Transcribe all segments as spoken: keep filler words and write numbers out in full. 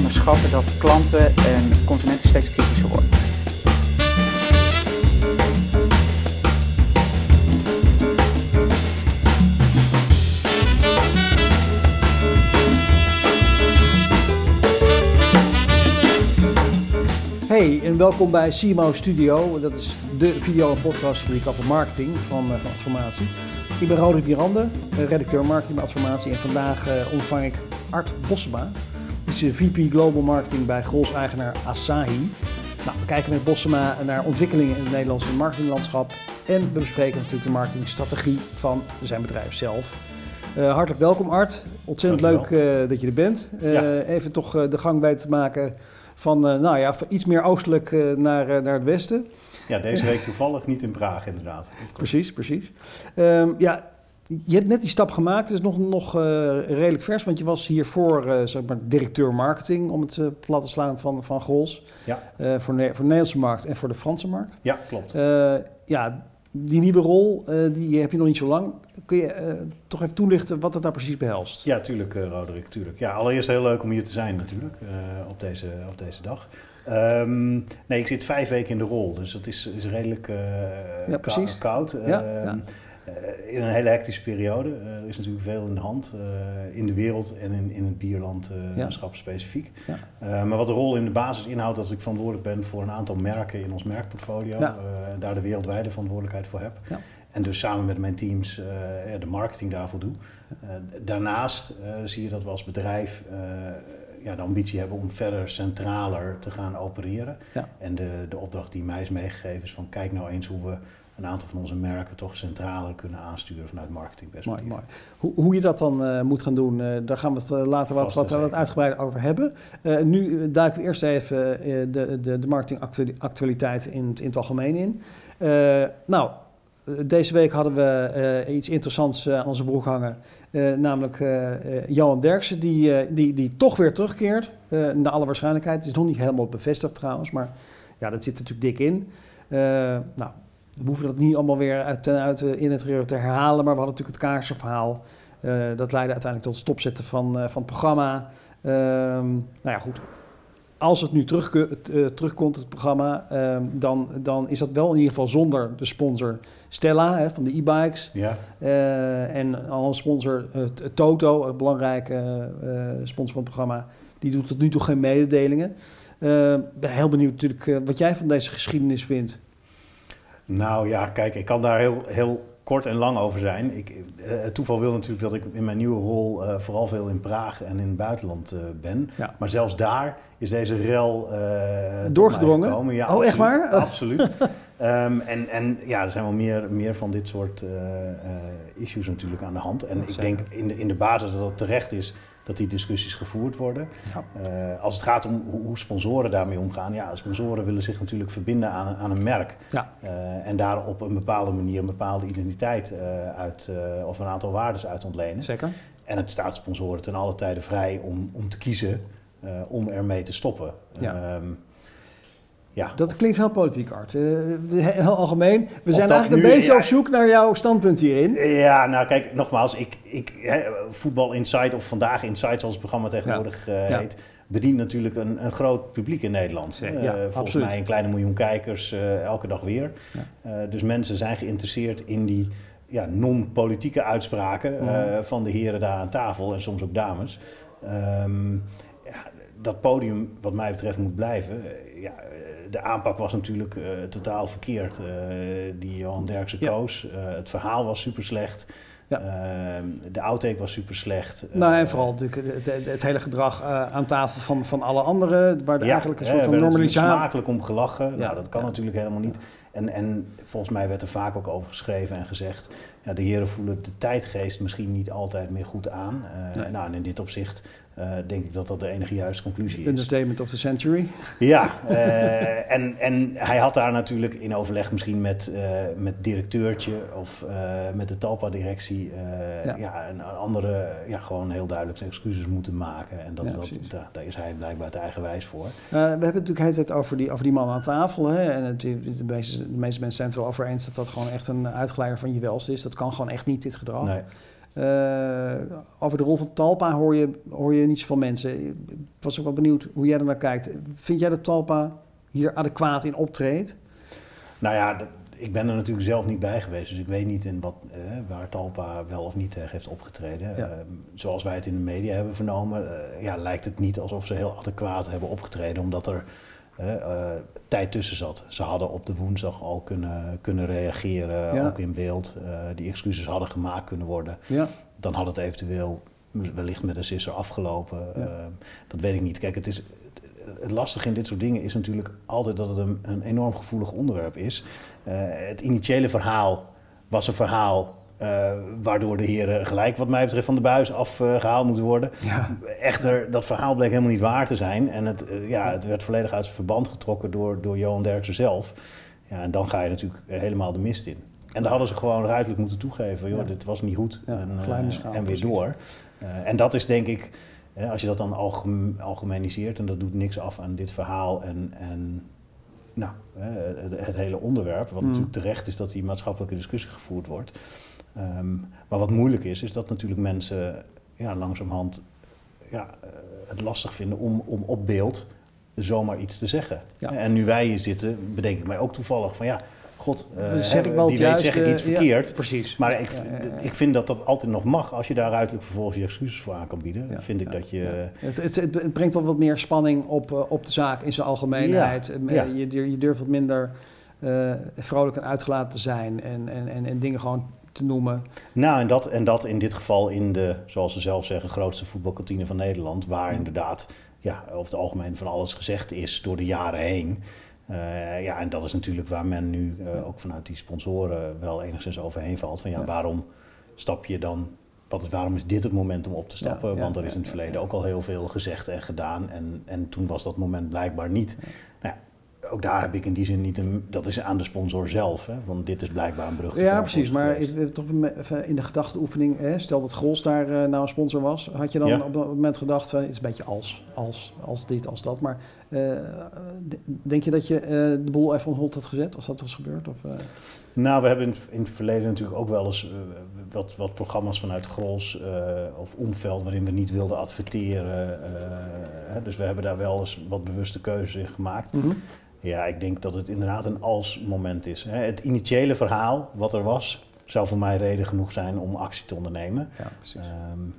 onderschatten dat klanten en consumenten steeds kritischer worden. Hey en welkom bij C M O Studio. Dat is de video- en podcastfabriek over marketing van, uh, van Adformatie. Ik ben Roderick Mirande, redacteur marketing bij Adformatie. En vandaag uh, ontvang ik Art Bossema. Hij is V P Global Marketing bij Grolsch-eigenaar Asahi. Nou, we kijken met Bossema naar ontwikkelingen in het Nederlandse marketinglandschap. En we bespreken natuurlijk de marketingstrategie van zijn bedrijf zelf. Uh, hartelijk welkom Art. Ontzettend leuk uh, dat je er bent. Uh, ja. Even toch uh, de gang bij te maken van, uh, nou ja, van iets meer oostelijk uh, naar, uh, naar het westen. Ja, deze week toevallig niet in Praag inderdaad. Precies, precies. Um, ja, je hebt net die stap gemaakt. Het is nog, nog uh, redelijk vers, want je was hiervoor uh, zeg maar directeur marketing, om het uh, plat te slaan van, van Grolsch. Ja. Uh, voor, ne- voor de Nederlandse markt en voor de Franse markt. Ja, klopt. Uh, ja, die nieuwe rol, uh, die heb je nog niet zo lang. Kun je uh, toch even toelichten wat het nou precies behelst? Ja, tuurlijk uh, Roderick, tuurlijk. Ja, allereerst heel leuk om hier te zijn natuurlijk, uh, op, deze, op deze dag. Um, nee, ik zit vijf weken in de rol, dus dat is, is redelijk uh, ja, kou, koud. Ja, uh, ja. Uh, in een hele hectische periode. Uh, er is natuurlijk veel in de hand, uh, in de wereld en in, in het bierlandschap uh, ja. specifiek. Ja. Uh, maar wat de rol in de basis inhoudt, dat ik verantwoordelijk ben voor een aantal merken in ons merkportfolio. Ja. Uh, daar de wereldwijde verantwoordelijkheid voor heb. Ja. En dus samen met mijn teams uh, de marketing daarvoor doe. Uh, daarnaast uh, zie je dat we als bedrijf uh, ja, de ambitie hebben om verder centraler te gaan opereren. Ja. En de, de opdracht die mij is meegegeven is van kijk nou eens hoe we een aantal van onze merken toch centraler kunnen aansturen vanuit marketingperspectief. Mooi, mooi. Hoe, hoe je dat dan uh, moet gaan doen, uh, daar gaan we het uh, later wat, wat, wat uitgebreider over hebben. Uh, nu duiken we eerst even uh, de, de, de marketingactualiteiten in, in het algemeen in. Uh, nou, deze week hadden we uh, iets interessants uh, aan onze broek hangen. Uh, namelijk uh, uh, Johan Derksen, die, uh, die, die toch weer terugkeert. Uh, naar alle waarschijnlijkheid. Het is nog niet helemaal bevestigd trouwens, maar ja, dat zit er natuurlijk dik in. Uh, nou, we hoeven dat niet allemaal weer uit, uit in het te herhalen, maar we hadden natuurlijk het kaarsenverhaal. Uh, dat leidde uiteindelijk tot het stopzetten van, uh, van het programma. Uh, nou ja, goed. Als het nu terug, uh, terugkomt, het programma, uh, dan, dan is dat wel in ieder geval zonder de sponsor Stella hè, van de e-bikes. Ja. Uh, en al een sponsor uh, Toto, een belangrijke uh, sponsor van het programma, die doet tot nu toe geen mededelingen. Uh, ben heel benieuwd natuurlijk uh, wat jij van deze geschiedenis vindt. Nou ja, kijk, ik kan daar heel, heel kort en lang over zijn. Ik, het toeval wil natuurlijk dat ik in mijn nieuwe rol uh, vooral veel in Praag en in het buitenland uh, ben. Ja. Maar zelfs daar is deze rel uh, doorgedrongen. Ja, oh, absoluut, echt waar? Absoluut. um, en, en ja, er zijn wel meer, meer van dit soort uh, uh, issues natuurlijk aan de hand. En ik denk in de, in de basis dat het terecht is dat die discussies gevoerd worden. Ja. Uh, als het gaat om hoe, hoe sponsoren daarmee omgaan. Ja, sponsoren willen zich natuurlijk verbinden aan, aan een merk. Ja. Uh, en daar op een bepaalde manier een bepaalde identiteit uh, uit, uh, of een aantal waarden uit ontlenen. Zeker. En het staat sponsoren ten alle tijde vrij om, om te kiezen uh, om ermee te stoppen. Ja. Um, Ja. Dat klinkt heel politiek, Art. Uh, heel algemeen. We zijn eigenlijk nu, een beetje ja, op zoek naar jouw standpunt hierin. Ja, nou kijk, nogmaals. Ik, ik, he, Voetbal Insight of Vandaag Insight, zoals het programma tegenwoordig ja. uh, heet, ja. bedient natuurlijk een, een groot publiek in Nederland. Uh, ja, volgens absoluut. mij een kleine miljoen kijkers uh, elke dag weer. Ja. Uh, dus mensen zijn geïnteresseerd in die ja, non-politieke uitspraken uh, mm. van de heren daar aan tafel en soms ook dames. Um, ja, dat podium wat mij betreft moet blijven. Uh, ja, de aanpak was natuurlijk uh, totaal verkeerd. Uh, die Johan Derksen ja. koos. Uh, het verhaal was super slecht. Ja. Uh, de outtake was super slecht. Uh, nou en vooral natuurlijk het, het, het hele gedrag uh, aan tafel van, van alle anderen. Waar er ja, eigenlijk een soort van normalisatie... Er smakelijk om gelachen. Ja, nou, dat kan ja. natuurlijk helemaal niet. En, en volgens mij werd er vaak ook over geschreven en gezegd. Ja, de heren voelen de tijdgeest misschien niet altijd meer goed aan. Uh, nee. Nou, en in dit opzicht uh, denk ik dat dat de enige juiste conclusie is. Entertainment of the century. Ja, uh, en, en hij had daar natuurlijk in overleg misschien met, uh, met directeurtje of uh, met de Talpa-directie uh, ja. ja, een andere, ja, gewoon heel duidelijk excuses moeten maken. En dat, ja, dat, da, daar is hij blijkbaar te eigenwijs voor. Uh, we hebben het natuurlijk de hele tijd over die, over die man aan tafel. Hè? En het, de, meeste, de meeste mensen zijn het er wel over eens dat dat gewoon echt een uitglijder van je welste is. Dat kan gewoon echt niet, dit gedrag. Nee. Uh, over de rol van Talpa hoor je, hoor je niet zoveel mensen. Ik was ook wel benieuwd hoe jij er naar kijkt. Vind jij dat Talpa hier adequaat in optreedt? Nou ja, dat, ik ben er natuurlijk zelf niet bij geweest. Dus ik weet niet in wat, uh, waar Talpa wel of niet tegen heeft opgetreden. Ja. Uh, zoals wij het in de media hebben vernomen, uh, ja, lijkt het niet alsof ze heel adequaat hebben opgetreden. Omdat er uh, uh, tijd tussen zat. Ze hadden op de woensdag al kunnen, kunnen reageren, ja. ook in beeld. Uh, die excuses hadden gemaakt kunnen worden. Ja. Dan had het eventueel wellicht met een sisser afgelopen. Ja. Uh, dat weet ik niet. Kijk, het is... Het lastige in dit soort dingen is natuurlijk altijd dat het een, een enorm gevoelig onderwerp is. Uh, het initiële verhaal was een verhaal uh, waardoor de heren gelijk wat mij betreft van de buis afgehaald uh, moeten worden. Ja. Echter, dat verhaal bleek helemaal niet waar te zijn. En het, uh, ja, het werd volledig uit zijn verband getrokken door, door Johan Derksen zelf. Ja, en dan ga je natuurlijk helemaal de mist in. En daar hadden ze gewoon ruidelijk moeten toegeven. Joh, ja. Dit was niet goed. Ja, en, uh, schaal, en weer precies. door. Uh, en dat is denk ik... Ja, als je dat dan algem, algemeniseert en dat doet niks af aan dit verhaal en, en nou, het, het hele onderwerp, wat mm. natuurlijk terecht is dat die maatschappelijke discussie gevoerd wordt. Um, maar wat moeilijk is, is dat natuurlijk mensen ja, langzamerhand ja, het lastig vinden om, om op beeld zomaar iets te zeggen. Ja. En nu wij hier zitten, bedenk ik mij ook toevallig van ja, god, uh, zeg ik wel die weet zeg ik iets verkeerd. Ja, precies. Maar ik, ja, ja, ja. ik vind dat dat altijd nog mag. Als je daar uiterlijk vervolgens je excuses voor aan kan bieden, ja, vind ik ja, dat je... Ja. Het, het, het brengt wel wat meer spanning op, uh, op de zaak in zijn algemeenheid. Ja, ja. Je, je durft wat minder uh, vrolijk en uitgelaten te zijn en, en, en, en dingen gewoon te noemen. Nou, en dat, en dat in dit geval in de, zoals ze zelf zeggen, grootste voetbalkantine van Nederland, waar mm. inderdaad ja, over het algemeen van alles gezegd is door de jaren heen. Uh, ja, en dat is natuurlijk waar men nu uh, ook vanuit die sponsoren wel enigszins overheen valt. Van ja, ja. waarom stap je dan, wat is, waarom is dit het moment om op te stappen? Ja, ja, Want er is in het verleden ja, ja. ook al heel veel gezegd en gedaan. En, en toen was dat moment blijkbaar niet. Ja. Nou ja, ook daar heb ik in die zin niet een, dat is aan de sponsor zelf. Hè, want dit is blijkbaar een brug te Ja, precies. Maar is, toch in de gedachteoefening, hè, stel dat Grols daar uh, nou een sponsor was. Had je dan ja. op dat moment gedacht, uh, het is een beetje als, als, als dit, als dat. Maar uh, denk je dat je uh, de boel even on hold had gezet als dat was gebeurd? Of, uh... Nou, we hebben in, in het verleden natuurlijk ook wel eens uh, wat, wat programma's vanuit Grols uh, of Omveld waarin we niet wilden adverteren. Uh, hè, dus we hebben daar wel eens wat bewuste keuzes in gemaakt. Mm-hmm. Ja, ik denk dat het inderdaad een als moment is. Het initiële verhaal, wat er was, zou voor mij reden genoeg zijn om actie te ondernemen. Ja, precies. Um,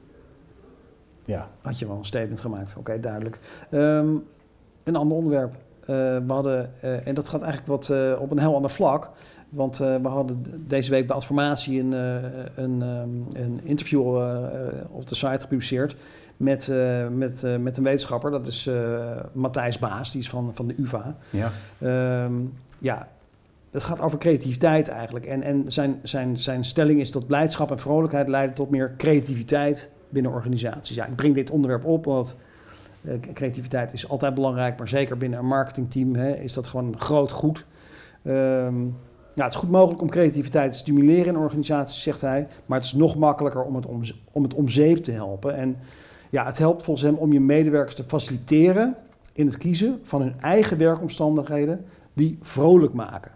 ja. Had je wel een statement gemaakt, oké, okay, duidelijk. Um, een ander onderwerp. Uh, we hadden, uh, en dat gaat eigenlijk wat uh, op een heel ander vlak. Want uh, we hadden deze week bij Adformatie een, uh, een, um, een interview uh, op de site gepubliceerd met, uh, met, uh, met een wetenschapper. Dat is uh, Matthijs Baas, die is van, van de U vA. Ja. Um, ja, het gaat over creativiteit eigenlijk. En, en zijn, zijn, zijn stelling is dat blijdschap en vrolijkheid leiden tot meer creativiteit binnen organisaties. Ja, ik breng dit onderwerp op, want uh, creativiteit is altijd belangrijk, maar zeker binnen een marketingteam hè, is dat gewoon een groot goed. Um, Ja, het is goed mogelijk om creativiteit te stimuleren in organisaties, zegt hij. Maar het is nog makkelijker om het om, om het om zeep te helpen. En ja, het helpt volgens hem om je medewerkers te faciliteren in het kiezen van hun eigen werkomstandigheden die vrolijk maken.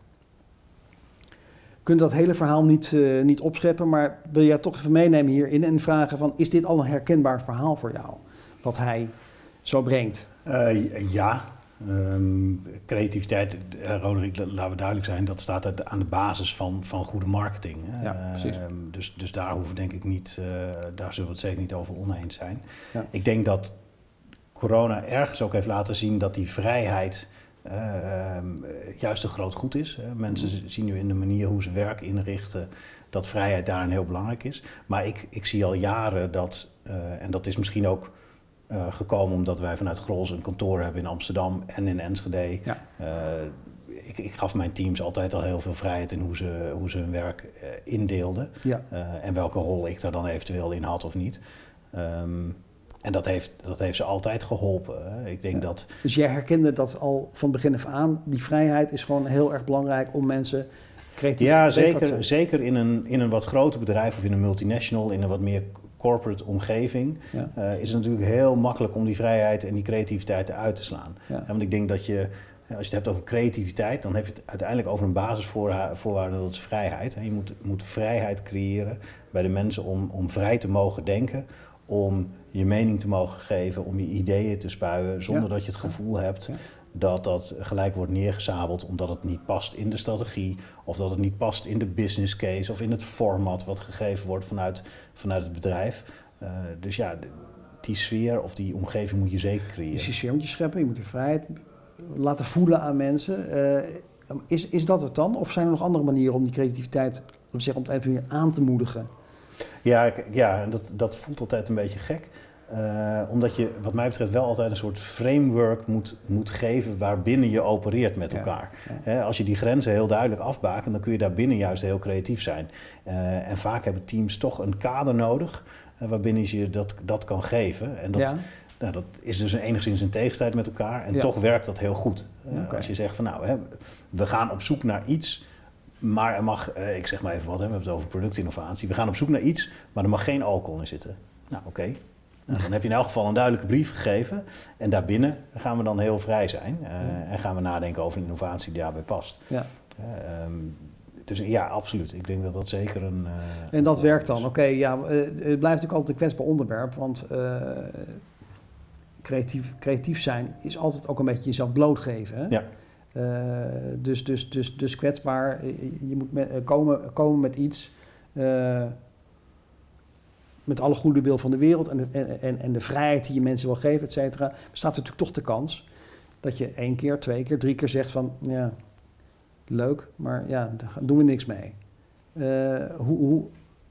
We kunnen dat hele verhaal niet, uh, niet opscheppen, maar wil jij toch even meenemen hierin en vragen van, is dit al een herkenbaar verhaal voor jou? Wat hij zo brengt? Uh, ja. Um, creativiteit, uh, Roderick, laten we duidelijk zijn, dat staat aan de basis van, van goede marketing. Hè? Ja, precies. Uh, dus, dus daar hoeven denk ik niet, uh, daar zullen we het zeker niet over oneens zijn. Ja. Ik denk dat corona ergens ook heeft laten zien dat die vrijheid uh, um, juist een groot goed is. Hè? Mensen mm. zien nu in de manier hoe ze werk inrichten dat vrijheid daarin heel belangrijk is. Maar ik, ik zie al jaren dat, uh, en dat is misschien ook Uh, gekomen omdat wij vanuit Grols een kantoor hebben in Amsterdam en in Enschede. Ja. Uh, ik, ik gaf mijn teams altijd al heel veel vrijheid in hoe ze, hoe ze hun werk uh, indeelden. Ja. Uh, en welke rol ik daar dan eventueel in had of niet. Um, en dat heeft, dat heeft ze altijd geholpen. Hè. Ik denk ja. dat... Dus jij herkende dat al van begin af aan. Die vrijheid is gewoon heel erg belangrijk om mensen creatief ja, te zijn. Ja, zeker in een, in een wat groter bedrijf of in een multinational, in een wat meer corporate omgeving, ja. uh, is het natuurlijk heel makkelijk om die vrijheid en die creativiteit uit te slaan. Ja. Ja, want ik denk dat je Als je het hebt over creativiteit, dan heb je het uiteindelijk over een basisvoorwaarde, dat is vrijheid. Je moet, moet vrijheid creëren bij de mensen om, om vrij te mogen denken, om je mening te mogen geven, om je ideeën te spuien, zonder ja. dat je het gevoel hebt ja. dat dat gelijk wordt neergezabeld omdat het niet past in de strategie, of dat het niet past in de business case of in het format wat gegeven wordt vanuit, vanuit het bedrijf. Uh, dus ja, die sfeer of die omgeving moet je zeker creëren. Dus die sfeer moet je scheppen, je moet de vrijheid laten voelen aan mensen. Uh, is, is dat het dan? Of zijn er nog andere manieren om die creativiteit om, zeg, om het even weer aan te moedigen? Ja, ja dat, dat voelt altijd een beetje gek. Uh, omdat je wat mij betreft wel altijd een soort framework moet, moet geven waarbinnen je opereert met elkaar. Ja, ja. He, als je die grenzen heel duidelijk afbakent, dan kun je daarbinnen juist heel creatief zijn. Uh, en vaak hebben teams toch een kader nodig uh, waarbinnen je dat, dat kan geven. En dat, ja. nou, dat is dus enigszins in tegenstrijd met elkaar en ja. toch werkt dat heel goed. Uh, okay. Als je zegt van nou, hè, we gaan op zoek naar iets, maar er mag, uh, ik zeg maar even wat, hè, we hebben het over productinnovatie. We gaan op zoek naar iets, maar er mag geen alcohol in zitten. Nou, oké. Okay. Nou, dan heb je in elk geval een duidelijke brief gegeven en daarbinnen gaan we dan heel vrij zijn uh, ja. en gaan we nadenken over een innovatie die daarbij past. Ja. Uh, um, dus ja, absoluut. Ik denk dat dat zeker een... Uh, en dat werkt dan? Oké, okay, ja, uh, het blijft natuurlijk altijd een kwetsbaar onderwerp, want uh, creatief, creatief zijn is altijd ook een beetje jezelf blootgeven. Hè? Ja. Uh, dus, dus, dus, dus kwetsbaar, je moet met, uh, komen, komen met iets... Uh, met alle goede wil van de wereld en de, en, en de vrijheid die je mensen wil geven, et cetera, bestaat natuurlijk toch de kans dat je één keer, twee keer, drie keer zegt van, ja, leuk, maar ja, daar doen we niks mee. Uh, hoe, hoe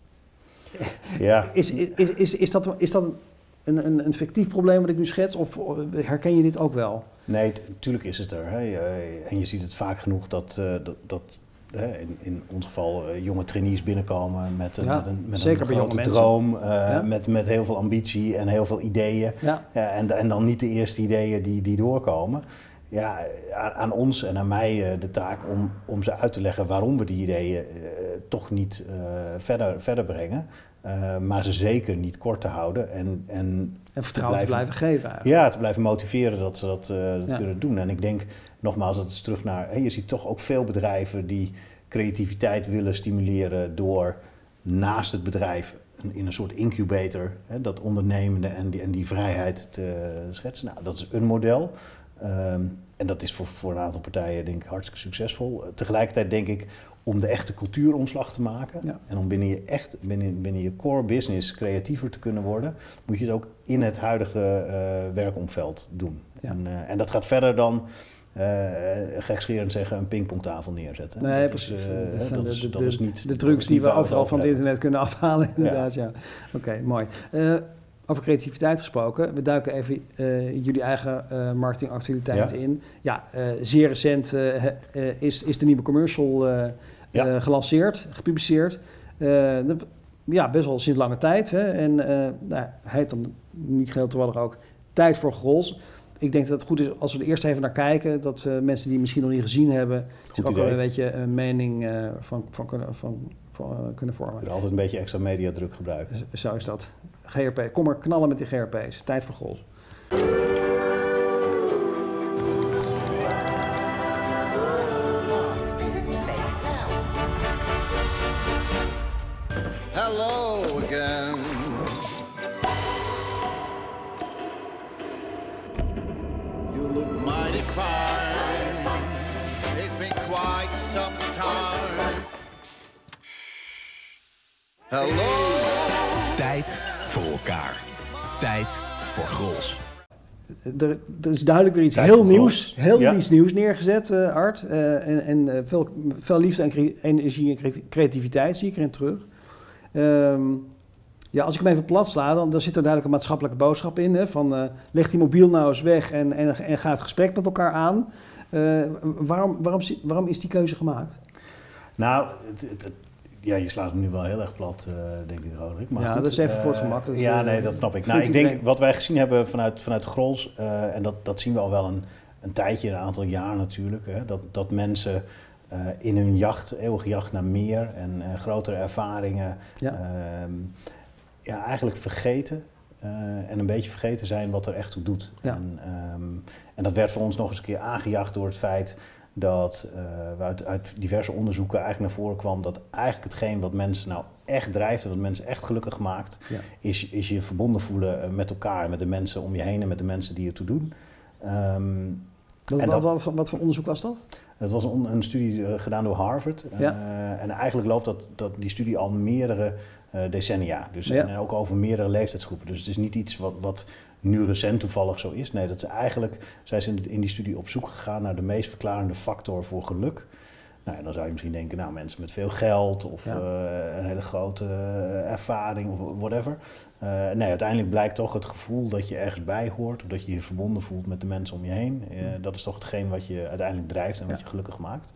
ja. is, is, is, is dat, is dat een, een, een fictief probleem wat ik nu schets, of herken je dit ook wel? Nee, natuurlijk is het er. Hè. En je ziet het vaak genoeg dat... Uh, dat, dat In, in ons geval uh, jonge trainees binnenkomen met een, ja, met een, met een grote droom, uh, ja. met, met heel veel ambitie en heel veel ideeën. Ja. Ja, en, en dan niet de eerste ideeën die, die doorkomen. Ja, aan, aan ons en aan mij uh, de taak om, om ze uit te leggen waarom we die ideeën uh, toch niet uh, verder, verder brengen. Uh, maar ze zeker niet kort te houden. En, en, en vertrouwen te blijven, te blijven geven eigenlijk. Ja, te blijven motiveren dat ze dat, uh, dat ja. kunnen doen. En ik denk, nogmaals, dat is terug naar... Hey, je ziet toch ook veel bedrijven die creativiteit willen stimuleren door naast het bedrijf een, in een soort incubator, hè, dat ondernemende en die, en die vrijheid te schetsen. Nou, dat is een model. Um, en dat is voor, voor een aantal partijen denk ik hartstikke succesvol. Uh, tegelijkertijd denk ik, om de echte cultuuromslag te maken ja. en om binnen je, echt, binnen, binnen je core business creatiever te kunnen worden, moet je het ook in het huidige uh, werkomveld doen. Ja. En, uh, en dat gaat verder dan, uh, gekscherend zeggen, een pingpongtafel neerzetten. Nee, dat precies. Uh, dat zijn dat de, is, dat de, is niet, de trucs die we overal van het internet kunnen afhalen, inderdaad. Ja. Ja. Oké, okay, mooi. Uh, Over creativiteit gesproken, we duiken even uh, jullie eigen uh, marketingactiviteiten ja. in. Ja, uh, zeer recent uh, uh, is, is de nieuwe commercial uh, ja. uh, gelanceerd, gepubliceerd. Uh, de, ja, best wel sinds lange tijd. Hè? En uh, nou, hij heet dan niet geheel toevallig ook Tijd voor Grols. Ik denk dat het goed is als we er eerst even naar kijken. Dat uh, mensen die misschien nog niet gezien hebben, zich ook een beetje een mening uh, van, van, van, van, van uh, kunnen vormen. Je kunt altijd een beetje extra mediadruk gebruiken. Z- zo is dat. G R P, kom maar knallen met die G R P's. Tijd voor Grols. Hello again. You look mighty fine. It's been quite some time. Hello. Tijd voor elkaar. Tijd voor Grols. Er, er is duidelijk weer iets Tijd heel nieuws, heel ja. iets nieuws neergezet, uh, Art. Uh, en en uh, veel, veel liefde en cre- energie en creativiteit zie ik erin terug. Um, ja, als ik hem even plat sla, dan, dan zit er duidelijk een maatschappelijke boodschap in. Hè, van uh, leg die mobiel nou eens weg en, en, en ga het gesprek met elkaar aan. Uh, waarom, waarom, waarom is die keuze gemaakt? Nou, het, het, het, ja, je slaat hem nu wel heel erg plat, uh, denk ik, Roderick. Maar ja, goed, dat is even uh, voor het gemak. Dat is, ja, nee, dat snap ik. Nou, ik denk, denk wat wij gezien hebben vanuit, vanuit Grols, uh, en dat, dat zien we al wel een, een tijdje, een aantal jaar natuurlijk, hè, dat, dat mensen uh, in hun jacht, eeuwige jacht naar meer en uh, grotere ervaringen, ja. Uh, ja, eigenlijk vergeten uh, en een beetje vergeten zijn wat er echt toe doet. Ja. En, um, en dat werd voor ons nog eens een keer aangejaagd door het feit dat uh, we uit, uit diverse onderzoeken eigenlijk naar voren kwam dat eigenlijk hetgeen wat mensen nou echt drijft en wat mensen echt gelukkig maakt, ja. is, is je verbonden voelen met elkaar, met de mensen om je heen en met de mensen die ertoe doen. Um, wat, en wat, dat, wat, wat voor onderzoek was dat? Het was een, een studie uh, gedaan door Harvard. Ja. Uh, en eigenlijk loopt dat, dat, die studie al meerdere uh, decennia. Dus, ja. En ook over meerdere leeftijdsgroepen. Dus het is niet iets wat, wat nu recent toevallig zo is. Nee, dat is eigenlijk, zijn ze in die studie op zoek gegaan naar de meest verklarende factor voor geluk. Nou, ja, dan zou je misschien denken, nou, mensen met veel geld of ja. uh, een hele grote uh, ervaring of whatever. Uh, nee, uiteindelijk blijkt toch het gevoel dat je ergens bij hoort, of dat je je verbonden voelt met de mensen om je heen. Uh, dat is toch hetgeen wat je uiteindelijk drijft en wat ja. je gelukkig maakt.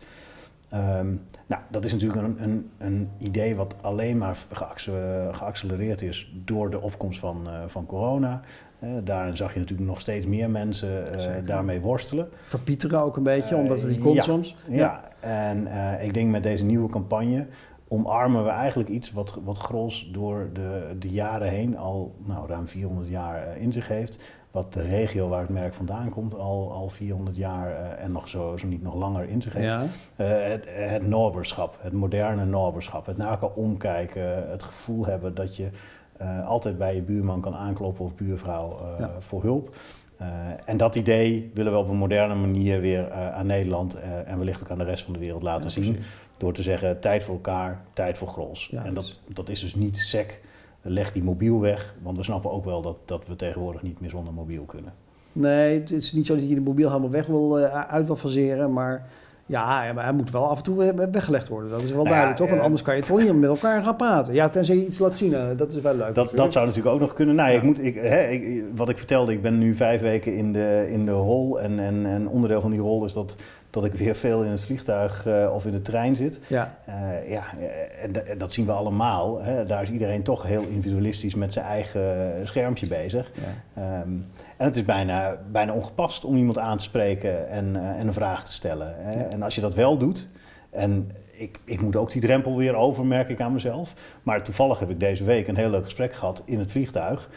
Um, nou, dat is natuurlijk een, een, een idee wat alleen maar geaccelereerd is door de opkomst van, uh, van corona. Uh, daarin zag je natuurlijk nog steeds meer mensen uh, daarmee worstelen. Verpieteren ook een beetje, uh, omdat het niet kon ja, soms. Ja, ja. en uh, ik denk met deze nieuwe campagne omarmen we eigenlijk iets wat, wat Grols door de, de jaren heen al nou, ruim vierhonderd jaar uh, in zich heeft. Wat de regio waar het merk vandaan komt al, al vierhonderd jaar uh, en nog zo, zo niet nog langer in zich heeft. Ja. Uh, het, het noberschap, het moderne noberschap, het naar elkaar omkijken, het gevoel hebben dat je uh, altijd bij je buurman kan aankloppen of buurvrouw uh, ja. voor hulp. Uh, en dat idee willen we op een moderne manier weer uh, aan Nederland uh, en wellicht ook aan de rest van de wereld laten ja, zien. Precies. Door te zeggen, tijd voor elkaar, tijd voor Grols. Ja, en dat, dat is dus niet sec, leg die mobiel weg. Want we snappen ook wel dat, dat we tegenwoordig niet meer zonder mobiel kunnen. Nee, het is niet zo dat je de mobiel helemaal weg wil, uh, uit wil faseren, maar... Ja, maar hij moet wel af en toe weggelegd worden. Dat is wel nou duidelijk, ja, toch? Want anders kan je toch niet met elkaar gaan praten. Ja, tenzij je iets laat zien. Dat is wel leuk. Dat, dat zou natuurlijk ook nog kunnen. Nou, ja. ik moet, ik, hè, ik, wat ik vertelde, ik ben nu vijf weken in de, in de rol. En, en, en onderdeel van die rol is dat, dat ik weer veel in het vliegtuig uh, of in de trein zit. Ja. Uh, ja, en d- dat zien we allemaal. Hè. Daar is iedereen toch heel individualistisch met zijn eigen schermpje bezig. Ja. Um, En het is bijna, bijna ongepast om iemand aan te spreken en, uh, en een vraag te stellen. Hè. Ja. En als je dat wel doet, en ik, ik moet ook die drempel weer over, merk ik aan mezelf. Maar toevallig heb ik deze week een heel leuk gesprek gehad in het vliegtuig.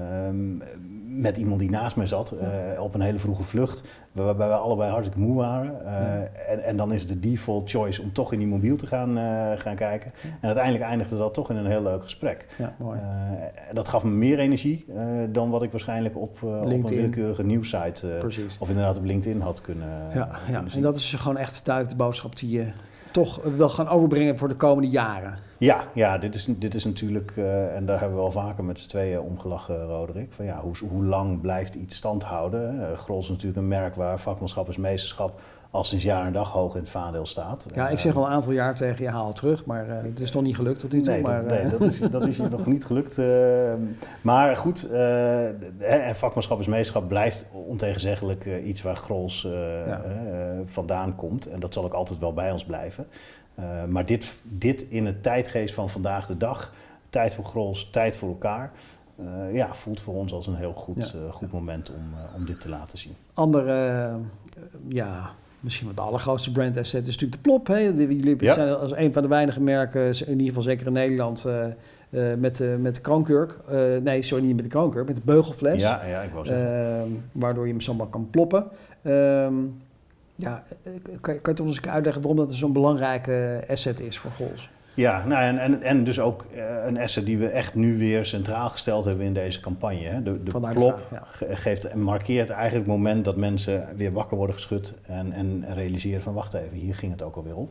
Um, met iemand die naast mij zat uh, op een hele vroege vlucht, waarbij we allebei hartstikke moe waren. Uh, ja. en, en dan is het de default choice om toch in die mobiel te gaan, uh, gaan kijken. Ja. En uiteindelijk eindigde dat toch in een heel leuk gesprek. Ja, mooi. Uh, dat gaf me meer energie uh, dan wat ik waarschijnlijk op, uh, op een willekeurige nieuwssite uh, of inderdaad op LinkedIn had kunnen, ja, uh, kunnen ja. zien. En dat is gewoon echt duidelijk de boodschap die je toch wil gaan overbrengen voor de komende jaren. Ja, ja dit, is, dit is natuurlijk, uh, en daar hebben we al vaker met z'n tweeën om gelachen, Roderick. Van ja, hoe, hoe lang blijft iets stand houden? Uh, Grols is natuurlijk een merk waar vakmanschap is meesterschap al sinds jaar en dag hoog in het vaandeel staat. Ja, ik zeg al een aantal jaar tegen je, haal terug, maar uh, het is nog niet gelukt tot nu toe. Nee, maar, dat, nee dat, is, dat is je nog niet gelukt. Uh, maar goed, uh, en vakmanschap is meesterschap blijft ontegenzeggelijk uh, iets waar Grols uh, ja. uh, vandaan komt. En dat zal ook altijd wel bij ons blijven. Uh, maar dit, dit in het tijdgeest van vandaag de dag, tijd voor Grols, tijd voor elkaar... Uh, ja, voelt voor ons als een heel goed, ja. uh, goed moment om, uh, om dit te laten zien. Andere, uh, ja, misschien wat de allergrootste brand asset is natuurlijk de Plop. Hè? Jullie ja. zijn als een van de weinige merken, in ieder geval zeker in Nederland, uh, uh, met, uh, met de kroonkurk. Uh, nee, sorry, niet met de kroonkurk, met de beugelfles. Ja, ja, ik wou zeggen. Uh, waardoor je hem zomaar kan ploppen. Uh, ja, kan, kan je toch eens uitleggen waarom dat zo'n belangrijke asset is voor Grols? Ja, nou en, en, en dus ook uh, een asset die we echt nu weer centraal gesteld hebben in deze campagne. Hè. De, de Plop ja. geeft en markeert eigenlijk het moment dat mensen weer wakker worden geschud en, en realiseren van wacht even, hier ging het ook alweer om.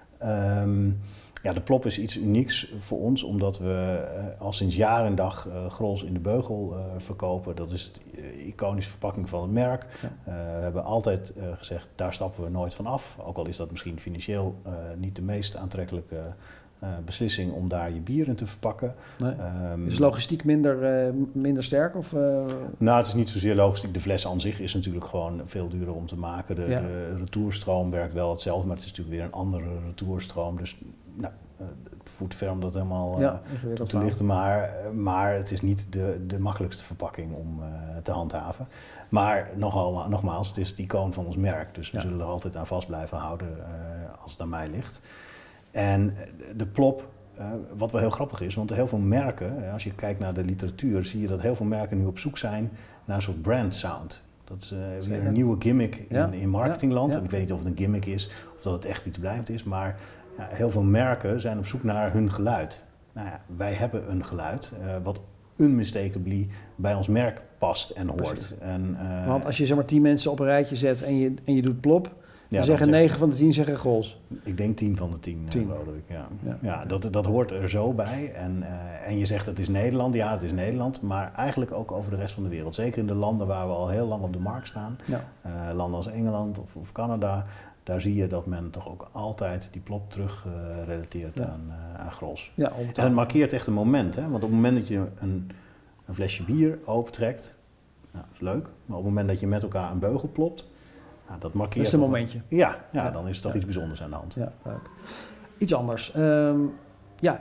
Um, ja, de Plop is iets unieks voor ons, omdat we uh, al sinds jaar en dag uh, Grols in de beugel uh, verkopen. Dat is de uh, iconische verpakking van het merk. Ja. Uh, we hebben altijd uh, gezegd, daar stappen we nooit van af. Ook al is dat misschien financieel uh, niet de meest aantrekkelijke Uh, beslissing om daar je bier in te verpakken. Nee. Um, is logistiek minder, uh, minder sterk? Of, uh... Nou, het is niet zozeer logistiek. De fles aan zich is natuurlijk gewoon veel duurder om te maken. De, ja. de retourstroom werkt wel hetzelfde, maar het is natuurlijk weer een andere retourstroom. Dus nou, uh, het voert ver om dat helemaal uh, ja, toe te lichten. Maar, maar het is niet de, de makkelijkste verpakking om uh, te handhaven. Maar nogal, nogmaals, het is het icoon van ons merk. Dus we ja. zullen er altijd aan vast blijven houden uh, als het aan mij ligt. En de Plop Uh, wat wel heel grappig is, want heel veel merken, als je kijkt naar de literatuur, zie je dat heel veel merken nu op zoek zijn naar een soort brand sound. Dat is uh, weer een nieuwe gimmick in, ja. in marketingland. Ja. Ja. En ik weet niet of het een gimmick is of dat het echt iets blijvend is, maar ja, heel veel merken zijn op zoek naar hun geluid. Nou ja, wij hebben een geluid uh, wat unmistakably bij ons merk past en hoort. En, uh, want als je zeg maar tien mensen op een rijtje zet en je, en je doet plop, ja, dan zeggen negen van de tien zeggen Grols. Ik denk tien van de tien, tien. Uh, ik, ja. Ja. Ja, dat, dat hoort er zo bij. En, uh, en je zegt het is Nederland, ja het is Nederland, maar eigenlijk ook over de rest van de wereld. Zeker in de landen waar we al heel lang op de markt staan, ja. uh, landen als Engeland of, of Canada, daar zie je dat men toch ook altijd die plop terug uh, relateert ja. aan, uh, aan Grols. Ja, en het markeert echt een moment, hè? Want op het moment dat je een, een flesje bier opentrekt, nou, dat is leuk, maar op het moment dat je met elkaar een beugel plopt, nou, dat markeert. Dat is een momentje. Ja, ja, ja, dan is er toch ja. iets bijzonders aan de hand. Ja, leuk. Iets anders. Um, ja,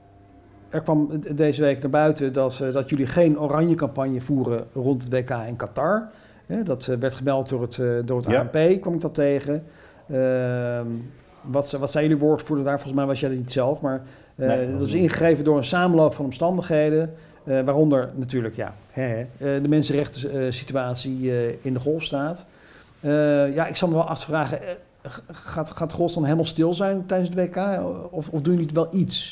er kwam deze week naar buiten dat, uh, dat jullie geen oranje campagne voeren rond het W K in Qatar. Ja, dat uh, werd gemeld door het, uh, door het ja. A N P, kwam ik dat tegen. Uh, wat, wat zei jullie woordvoerder daar? Volgens mij was jij dat niet zelf, maar uh, nee, dat is ingegeven door een samenloop van omstandigheden. Uh, waaronder natuurlijk ja, hè, hè, uh, de mensenrechten uh, situatie uh, in de Golfstaat. Uh, ja, ik zal me wel afvragen, uh, gaat, gaat Golf dan helemaal stil zijn tijdens het W K? Of, of doen jullie wel iets?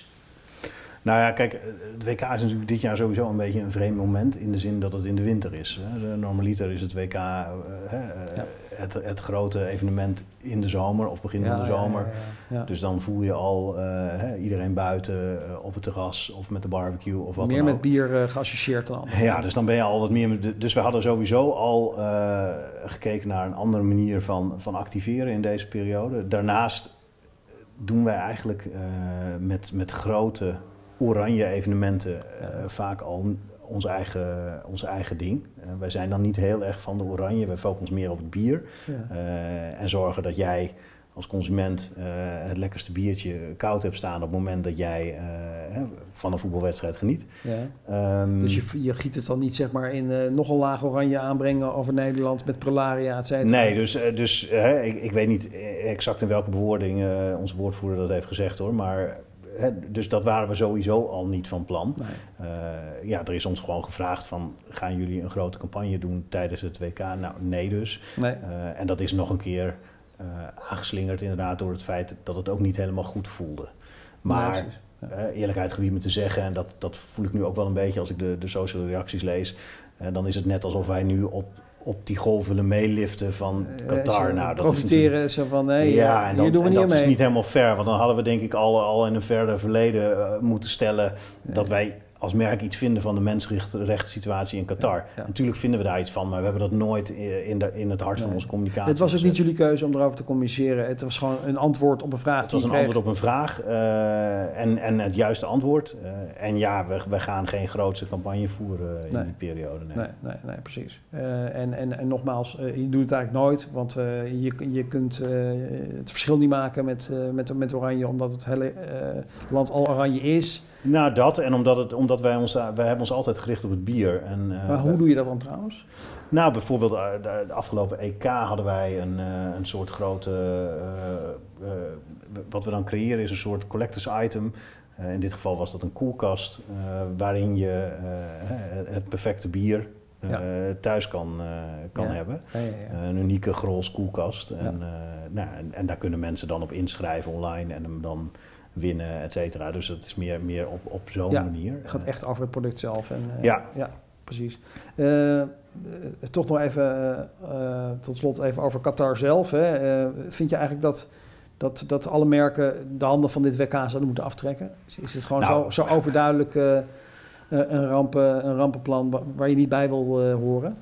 Nou ja, kijk, het W K is natuurlijk dit jaar sowieso een beetje een vreemd moment in de zin dat het in de winter is. Normaliter is het W K uh, uh, ja. het, het grote evenement in de zomer of begin ja, van de zomer. Ja, ja, ja. Dus dan voel je al uh, hè, iedereen buiten uh, op het terras of met de barbecue of wat meer dan met ook. bier uh, geassocieerd dan. Ja, dus dan ben je al wat meer... Met de, dus we hadden sowieso al uh, gekeken naar een andere manier van, van activeren in deze periode. Daarnaast doen wij eigenlijk uh, met, met grote oranje evenementen uh, vaak al ons eigen, ons eigen ding. Uh, wij zijn dan niet heel erg van de oranje, wij focussen ons meer op het bier. Ja. Uh, en zorgen dat jij als consument uh, het lekkerste biertje koud hebt staan op het moment dat jij uh, van een voetbalwedstrijd geniet. Ja. Um, dus je, je giet het dan niet zeg maar in uh, nog een laag oranje aanbrengen over Nederland met prolaria, et cetera? Nee, dus, uh, dus uh, ik, ik weet niet exact in welke bewoording uh, onze woordvoerder dat heeft gezegd hoor, maar He, dus dat waren we sowieso al niet van plan. Nee. Uh, ja, er is ons gewoon gevraagd van, gaan jullie een grote campagne doen tijdens het W K? Nou, nee dus. Nee. Uh, en dat is nog een keer uh, aangeslingerd inderdaad door het feit dat het ook niet helemaal goed voelde. Maar nee, ja. uh, eerlijkheid gebied me te zeggen, en dat, dat voel ik nu ook wel een beetje als ik de, de sociale reacties lees, uh, dan is het net alsof wij nu op op die golf willen meeliften van Qatar. Uh, nou, dat profiteren is zo van, nee, ja, en dan, hier doen we en niet dat mee. is niet helemaal fair, want dan hadden we denk ik al, al in een verder verleden uh, moeten stellen nee. dat wij als merk iets vinden van de mensenrechtssituatie in Qatar. Ja, ja. Natuurlijk vinden we daar iets van, maar we hebben dat nooit in, de, in het hart nee. van onze communicatie. Het was ook niet jullie keuze om erover te communiceren. Het was gewoon een antwoord op een vraag. Het was een kreeg. antwoord op een vraag uh, en, en het juiste antwoord. Uh, en ja, we, we gaan geen grootse campagne voeren in nee. die periode. Nee, nee, nee, nee precies. Uh, en, en, en nogmaals, uh, je doet het eigenlijk nooit, want uh, je, je kunt uh, het verschil niet maken met, uh, met, met Oranje, omdat het hele uh, land al oranje is. Nou, dat en omdat, het, omdat wij, ons, wij hebben ons altijd gericht op het bier. En, uh, maar hoe we, doe je dat dan trouwens? Nou, bijvoorbeeld uh, de, de afgelopen E K hadden wij een, uh, een soort grote... Uh, uh, wat we dan creëren is een soort collectors item. Uh, in dit geval was dat een koelkast uh, waarin je uh, het perfecte bier uh, ja. thuis kan, uh, kan ja. hebben. Ja, ja, ja. Uh, een unieke Grols koelkast. Ja. En, uh, nou, en, en daar kunnen mensen dan op inschrijven online en hem dan winnen, et cetera. Dus het is meer, meer op, op zo'n ja, manier. Het gaat echt over het product zelf. En, uh, ja. ja, precies. Uh, uh, toch nog even, uh, uh, tot slot even over Qatar zelf. Hè. Uh, vind je eigenlijk dat, dat, dat alle merken de handen van dit W K zouden moeten aftrekken? Is, is het gewoon nou, zo, zo overduidelijk uh, uh, een, rampen, een rampenplan waar, waar je niet bij wil uh, horen?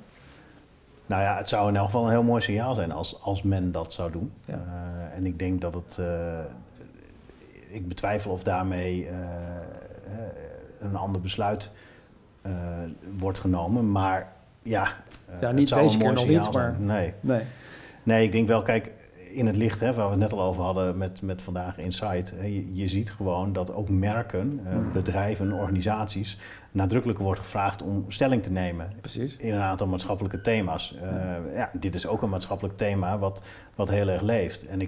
Nou ja, het zou in elk geval een heel mooi signaal zijn als, als men dat zou doen. Ja. Uh, en ik denk dat het... Uh, Ik betwijfel of daarmee uh, een ander besluit uh, wordt genomen. Maar ja, uh, ja niet deze keer nog niet, maar... Nee. Nee. nee, ik denk wel, kijk, in het licht, hè, waar we het net al over hadden met, met Vandaag Insight. Hè, je, je ziet gewoon dat ook merken, uh, bedrijven, organisaties nadrukkelijk wordt gevraagd om stelling te nemen. Precies. In een aantal maatschappelijke thema's. Uh, ja. ja, dit is ook een maatschappelijk thema wat, wat heel erg leeft. En ik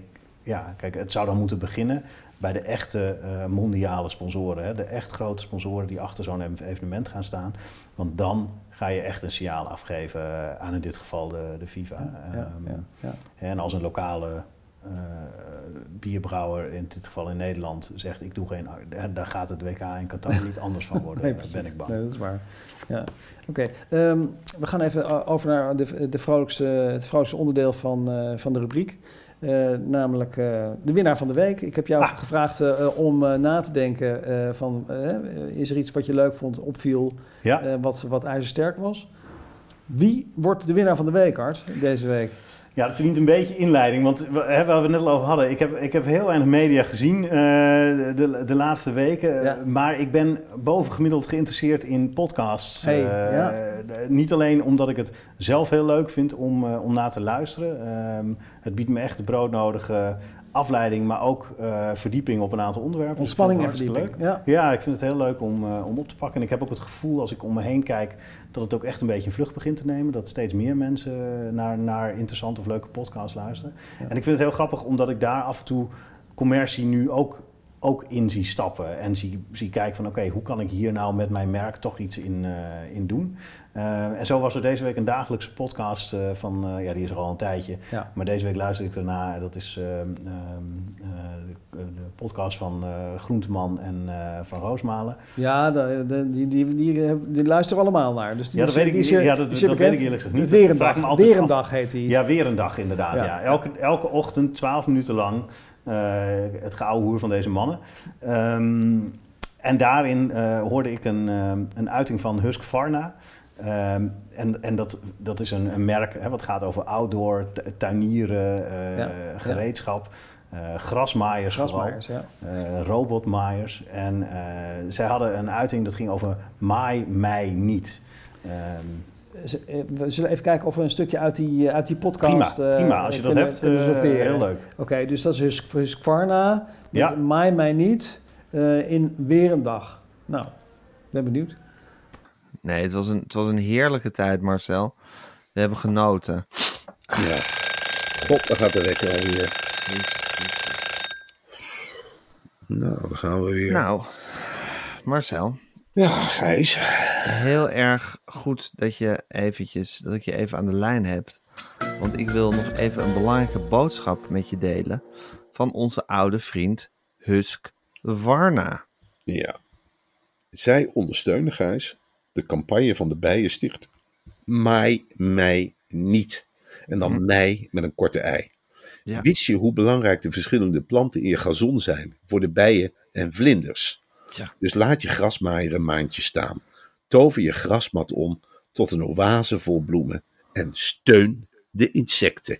ja, kijk, het zou dan moeten beginnen bij de echte uh, mondiale sponsoren. Hè? De echt grote sponsoren die achter zo'n evenement gaan staan. Want dan ga je echt een signaal afgeven uh, aan in dit geval de, de FIFA. Ja, um, ja, ja. En als een lokale uh, bierbrouwer, in dit geval in Nederland, zegt ik doe geen... Daar gaat het W K in Qatar niet anders van worden, nee, ben ik bang. Nee, dat is waar. Ja. Oké, okay. um, we gaan even over naar de, de vrolijkste, het vrolijkste onderdeel van, uh, van de rubriek. Uh, namelijk uh, de winnaar van de week. Ik heb jou ah. gevraagd uh, om uh, na te denken uh, van... Uh, is er iets wat je leuk vond, opviel, ja. uh, wat, wat ijzersterk was? Wie wordt de winnaar van de week, Art, deze week? Ja, dat verdient een beetje inleiding, want we, hè, waar we het net al over hadden... Ik heb, ik heb heel weinig media gezien uh, de, de laatste weken. Ja. Maar ik ben bovengemiddeld geïnteresseerd in podcasts. Hey, uh, ja. uh, niet alleen omdat ik het zelf heel leuk vind om, uh, om naar te luisteren. Um, het biedt me echt de broodnodige afleiding, maar ook uh, verdieping op een aantal onderwerpen. Ontspanning en verdieping. Leuk. Ja. ja, ik vind het heel leuk om, uh, om op te pakken. En ik heb ook het gevoel, als ik om me heen kijk, dat het ook echt een beetje een vlucht begint te nemen. Dat steeds meer mensen naar, naar interessante of leuke podcasts luisteren. Ja. En ik vind het heel grappig, omdat ik daar af en toe commercie nu ook, ook in zie stappen. En zie, zie kijken van, oké, okay, hoe kan ik hier nou met mijn merk toch iets in, uh, in doen? Uh, en zo was er deze week een dagelijkse podcast uh, van, uh, ja, die is er al een tijdje. Ja. Maar deze week luister ik ernaar. Dat is uh, uh, uh, de, de podcast van uh, Groenteman en uh, van Roosmalen. Ja, de, de, die, die, die, die luisteren allemaal naar. Dus die, ja, dat, die, weet, ik, die, die, ja, dat, dat weet ik eerlijk gezegd niet. Weer een dag, weer een dag heet die. Ja, weer een dag inderdaad. Ja. Ja. Elke, elke ochtend, twaalf minuten lang, uh, het geouwehoer van deze mannen. Um, en daarin uh, hoorde ik een, uh, een uiting van Husqvarna. Um, en en dat, dat is een, een merk hè, wat gaat over outdoor, tuinieren, uh, ja, gereedschap, ja. uh, grasmaaiers, grasmaaiers ja. uh, robotmaaiers. En uh, zij hadden een uiting dat ging over maai mij niet. Um, We zullen even kijken of we een stukje uit die, uit die podcast... Prima, prima. Als je dat hebt, uh, heel leuk. Oké, okay, dus dat is Husqvarna met ja. maai mij niet uh, in weer een dag. Nou, ben benieuwd. Nee, het was, een, het was een heerlijke tijd, Marcel. We hebben genoten. Ja. God, daar gaat de wekker alweer. Nou, dan gaan we weer. Nou, Marcel. Ja, Gijs. Heel erg goed dat je eventjes, dat ik je even aan de lijn heb. Want ik wil nog even een belangrijke boodschap met je delen van onze oude vriend Husqvarna. Ja. Zij ondersteunen, Gijs, de campagne van de Bijensticht. Maai mij niet. En dan hm. mij met een korte ei. Ja. Wist je hoe belangrijk de verschillende planten in je gazon zijn voor de bijen en vlinders? Ja. Dus laat je grasmaaier een maandje staan. Tover je grasmat om tot een oase vol bloemen. En steun de insecten.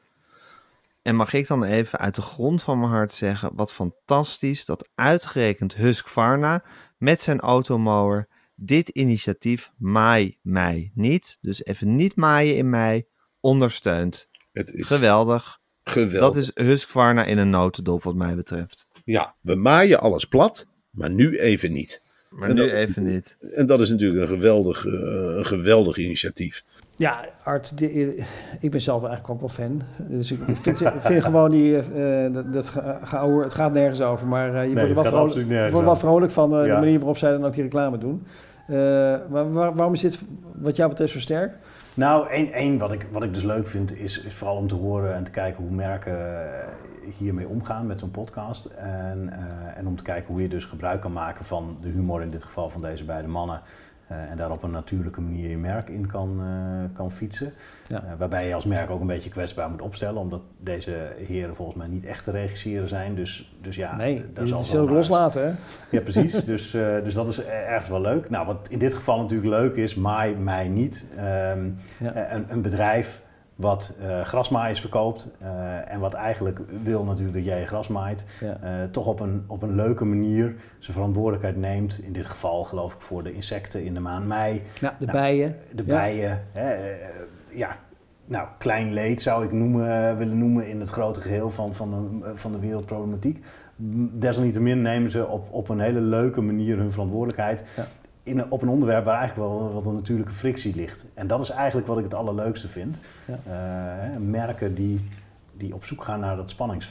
En mag ik dan even uit de grond van mijn hart zeggen, wat fantastisch dat uitgerekend Husqvarna met zijn automower dit initiatief Maai mij niet, dus even niet maaien in mei, ondersteunt. Het is geweldig. geweldig. Dat is Husqvarna in een notendop wat mij betreft. Ja, we maaien alles plat, maar nu even niet. Maar en nu dat, even niet. En dat is natuurlijk een geweldig, uh, een geweldig initiatief. Ja, Art, die, ik ben zelf eigenlijk ook wel fan. Dus ik vind, vind gewoon die, uh, dat, dat geouwe, het gaat nergens over, maar uh, je nee, wordt er wel vrolijk, wordt wel vrolijk van uh, ja. de manier waarop zij dan ook die reclame doen. Uh, maar waar, waarom is dit wat jou betreft zo sterk? Nou, één, één wat, ik, wat ik dus leuk vind is, is vooral om te horen en te kijken hoe merken hiermee omgaan met zo'n podcast. En, uh, en om te kijken hoe je dus gebruik kan maken van de humor, in dit geval van deze beide mannen. Uh, en daar op een natuurlijke manier je merk in kan, uh, kan fietsen. Ja. Uh, waarbij je als merk ook een beetje kwetsbaar moet opstellen. Omdat deze heren volgens mij niet echt te regisseren zijn. Dus, dus ja, nee, dat is ook loslaten, hè? Ja, precies. dus, uh, dus dat is ergens wel leuk. Nou, wat in dit geval natuurlijk leuk is, maai mij niet. Um, ja. een, een bedrijf wat uh, grasmaaiers verkoopt uh, en wat eigenlijk wil natuurlijk dat jij je gras maait, ja. uh, toch op een, op een leuke manier zijn verantwoordelijkheid neemt. In dit geval geloof ik voor de insecten in de maand mei. Ja, de nou, bijen. De ja. bijen. Hè, uh, ja, nou, klein leed zou ik noemen, uh, willen noemen in het grote geheel van, van, de, van de wereldproblematiek. Desalniettemin nemen ze op, op een hele leuke manier hun verantwoordelijkheid. Ja. In een, op een onderwerp waar eigenlijk wel wat een natuurlijke frictie ligt. En dat is eigenlijk wat ik het allerleukste vind. Ja. Uh, merken die, die op zoek gaan naar dat spanningsveld.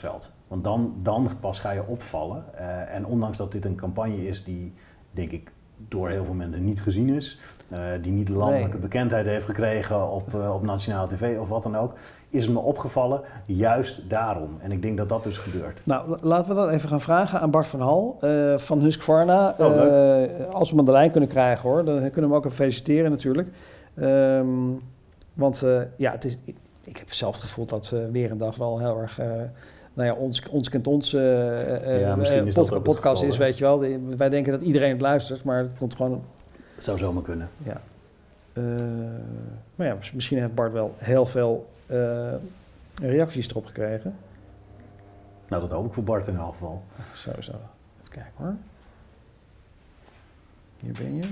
Want dan, dan pas ga je opvallen. Uh, en ondanks dat dit een campagne is die, denk ik, door heel veel mensen niet gezien is, uh, die niet landelijke nee. bekendheid heeft gekregen op, uh, op nationale tv of wat dan ook, is het me opgevallen, juist daarom. En ik denk dat dat dus gebeurt. Nou, laten we dat even gaan vragen aan Bart van Hal uh, van Husqvarna. Oh, uh, als we hem aan de lijn kunnen krijgen, hoor, dan kunnen we hem ook even feliciteren natuurlijk. Um, want uh, ja, het is, ik, ik heb zelf het gevoel dat uh, Weer een Dag wel heel erg... Uh, nou ja, ons, ons kent ons uh, ja, uh, is pod- podcast geval, is, weet je wel. De, wij denken dat iedereen het luistert, maar het komt gewoon... Het zou zomaar kunnen. Ja. Uh, maar ja, misschien heeft Bart wel heel veel uh, reacties erop gekregen. Nou, dat hoop ik voor Bart in elk geval. Sowieso. Even kijken hoor. Hier ben je.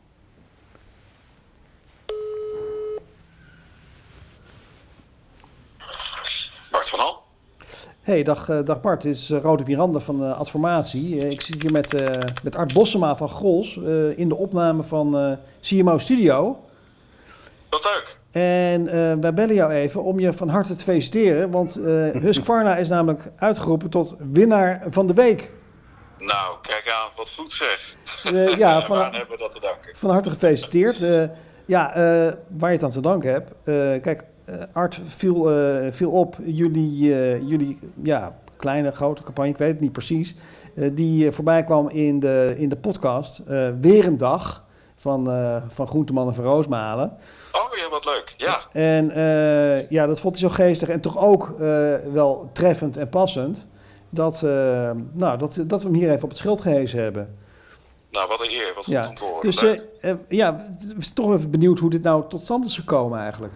Bart van Hal. Hey, dag, dag Bart, dit is Rode Miranda van uh, Adformatie. Uh, ik zit hier met, uh, met Art Bossema van Grols uh, in de opname van uh, C M O Studio. Wat leuk. En uh, wij bellen jou even om je van harte te feliciteren, want uh, Husqvarna is namelijk uitgeroepen tot winnaar van de week. Nou, kijk aan, wat goed zeg. Uh, ja, van, waar hebben we dat te danken? Van harte gefeliciteerd. Uh, ja, uh, waar je het aan te danken hebt. Uh, kijk, Uh, Art viel, uh, viel op, jullie, uh, jullie ja, kleine, grote campagne, ik weet het niet precies, uh, die uh, voorbij kwam in de, in de podcast, uh, Weer een Dag, van, uh, van Groenteman en van Roosmalen. Oh ja, wat leuk, ja. En uh, ja, dat vond hij zo geestig en toch ook uh, wel treffend en passend, dat, uh, nou, dat, dat we hem hier even op het schild gehezen hebben. Nou, wat een eer, wat goed ja. om te horen. Dus uh, uh, ja, we zijn toch even benieuwd hoe dit nou tot stand is gekomen eigenlijk.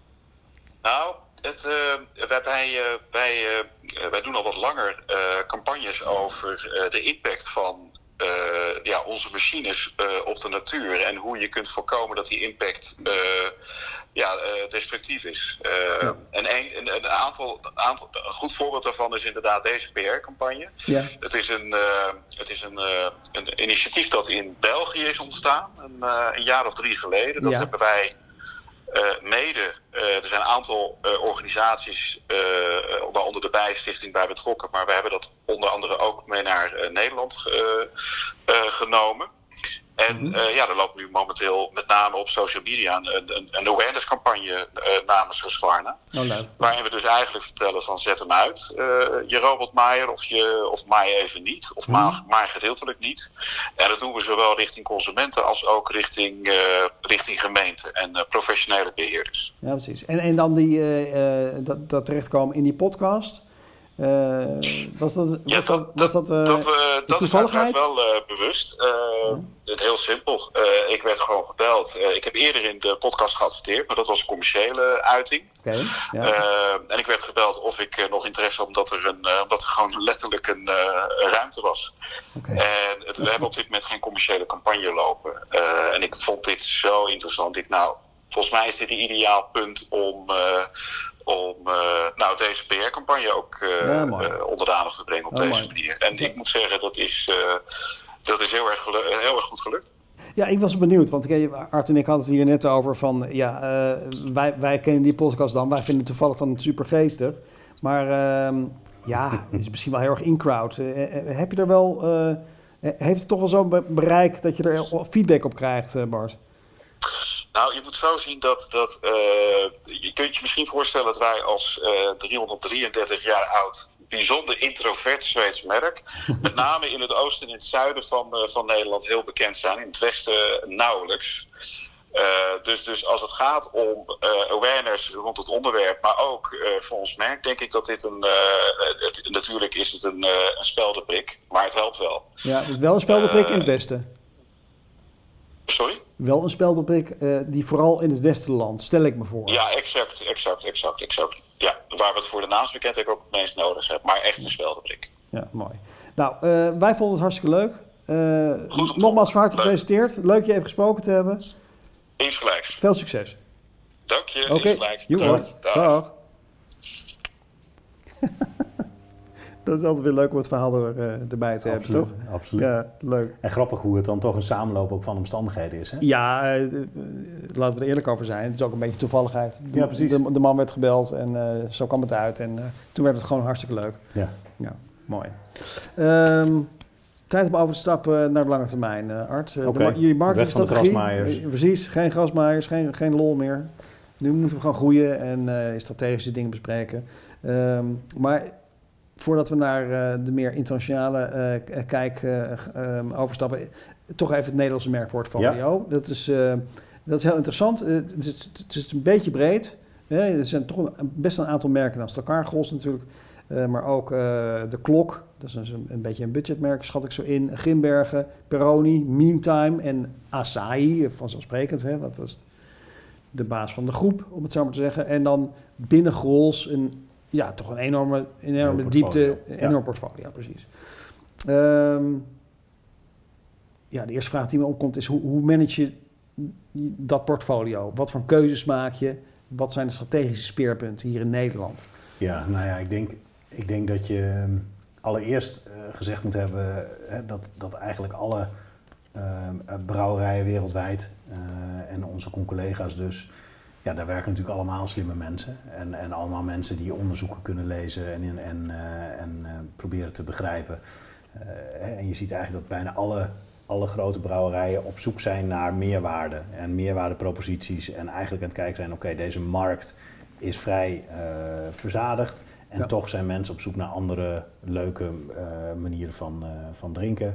Nou, het, uh, wij, wij, uh, wij, uh, wij doen al wat langer uh, campagnes over uh, de impact van uh, ja, onze machines uh, op de natuur. En hoe je kunt voorkomen dat die impact uh, ja, uh, destructief is. Uh, ja. En een, een, een, aantal, een, aantal, een goed voorbeeld daarvan is inderdaad deze P R-campagne. Ja. Het is, een, uh, het is een, uh, een initiatief dat in België is ontstaan, een, uh, een jaar of drie geleden. Dat ja. hebben wij... Uh, mede, uh, er zijn een aantal uh, organisaties, uh, waaronder de Bijenstichting bij betrokken, maar we hebben dat onder andere ook mee naar uh, Nederland uh, uh, genomen. En mm-hmm. uh, ja, er loopt nu momenteel met name op social media een, een, een awareness campagne uh, namens Husqvarna. Oh, leuk. Waarin we dus eigenlijk vertellen van zet hem uit. Uh, je robotmaaier of, je, of maai even niet. Of mm-hmm. maai, maai gedeeltelijk niet. En dat doen we zowel richting consumenten als ook richting, uh, richting gemeenten en uh, professionele beheerders. Ja, precies. En, en dan die, uh, uh, dat, dat terechtkomen in die podcast... Uh, was dat, was ja, dat, dat, was dat, uh, dat, uh, dat is uiteraard wel uh, bewust. Uh, ja. Het heel simpel. Uh, ik werd gewoon gebeld. Uh, ik heb eerder in de podcast geadverteerd, maar dat was een commerciële uiting. Okay, ja. uh, en ik werd gebeld of ik uh, nog interesse had, omdat er, een, uh, omdat er gewoon letterlijk een, uh, een ruimte was. Okay. En het, we hebben op dit moment geen commerciële campagne lopen. Uh, en ik vond dit zo interessant. Ik, nou, volgens mij is dit een ideaal punt om... Uh, om uh, nou, deze P R-campagne ook uh, ja, uh, onder de aandacht te brengen op oh, deze mooi. manier. En Zo. ik moet zeggen, dat is, uh, dat is heel, erg gelu- heel erg goed gelukt. Ja, ik was benieuwd, want Art en ik hadden het hier net over van... ja, uh, wij, wij kennen die podcast dan, wij vinden het toevallig dan super geestig. Maar uh, ja, het is misschien wel heel erg in-crowd. Uh, heb je er wel... Uh, heeft het toch wel zo'n bereik dat je er feedback op krijgt, uh, Bart? Nou, je moet zo zien dat, dat uh, je kunt je misschien voorstellen dat wij als uh, driehonderddrieëndertig jaar oud, bijzonder introvert Zweeds merk, met name in het oosten en in het zuiden van, uh, van Nederland heel bekend zijn, in het westen uh, nauwelijks. Uh, dus, dus als het gaat om uh, awareness rond het onderwerp, maar ook uh, voor ons merk, denk ik dat dit een, uh, het, natuurlijk is het een, uh, een speldenprik, maar het helpt wel. Ja, wel een speldenprik uh, in het westen. Sorry? Wel een speldenprik uh, die vooral in het westenland, stel ik me voor. Ja, exact, exact, exact, exact. Ja, waar we het voor de naamsbekendheid ook het meest nodig hebben. Maar echt een speldenprik. Ja, mooi. Nou, uh, wij vonden het hartstikke leuk. Uh, Goed, nogmaals van harte gefeliciteerd. Leuk je even gesproken te hebben. Eens gelijks. Veel succes. Dank je, Oké, eens gelijks. Dag. Dag. Dag. Dat is altijd weer leuk om het verhaal er, uh, erbij te absoluut, hebben, toch? Absoluut. Ja, leuk. En grappig hoe het dan toch een samenloop ook van omstandigheden is, hè? Ja, uh, uh, laten we er eerlijk over zijn. Het is ook een beetje toevalligheid. Ja, precies. De, de man werd gebeld en uh, zo kwam het uit. En uh, toen werd het gewoon hartstikke leuk. Ja. Ja, mooi. Um, tijd om over te stappen naar de lange termijn, uh, Art. Uh, okay. Jullie marketingstrategie. Grasmaaiers. Precies, geen grasmaaiers, geen, geen lol meer. Nu moeten we gaan groeien en uh, strategische dingen bespreken. Um, maar voordat we naar uh, de meer internationale uh, kijk uh, um, overstappen, toch even het Nederlandse merkportfolio. Ja. Dat is, uh, dat is heel interessant. Uh, het, is, het is een beetje breed. Hè? Er zijn toch een, best een aantal merken naast elkaar. Gros natuurlijk. Uh, maar ook uh, de Klok. Dat is een, een beetje een budgetmerk, schat ik zo in. Grimbergen, Peroni, Meantime en Asahi. Vanzelfsprekend, hè? Dat is de baas van de groep, om het zo maar te zeggen. En dan binnen Grols een, ja, toch een enorme, enorme een diepte. Een enorm ja. portfolio, precies. Um, ja, de eerste vraag die me opkomt is, hoe, hoe manage je dat portfolio? Wat voor keuzes maak je? Wat zijn de strategische speerpunten hier in Nederland? Ja, nou ja, ik denk, ik denk dat je allereerst uh, gezegd moet hebben hè, dat, dat eigenlijk alle uh, brouwerijen wereldwijd uh, en onze collega's dus, ja, daar werken natuurlijk allemaal slimme mensen. En, en allemaal mensen die onderzoeken kunnen lezen en, en, uh, en uh, proberen te begrijpen. Uh, en je ziet eigenlijk dat bijna alle, alle grote brouwerijen op zoek zijn naar meerwaarde en meerwaardeproposities. En eigenlijk aan het kijken zijn, oké, okay, deze markt is vrij uh, verzadigd. En ja. toch zijn mensen op zoek naar andere leuke uh, manieren van, uh, van drinken.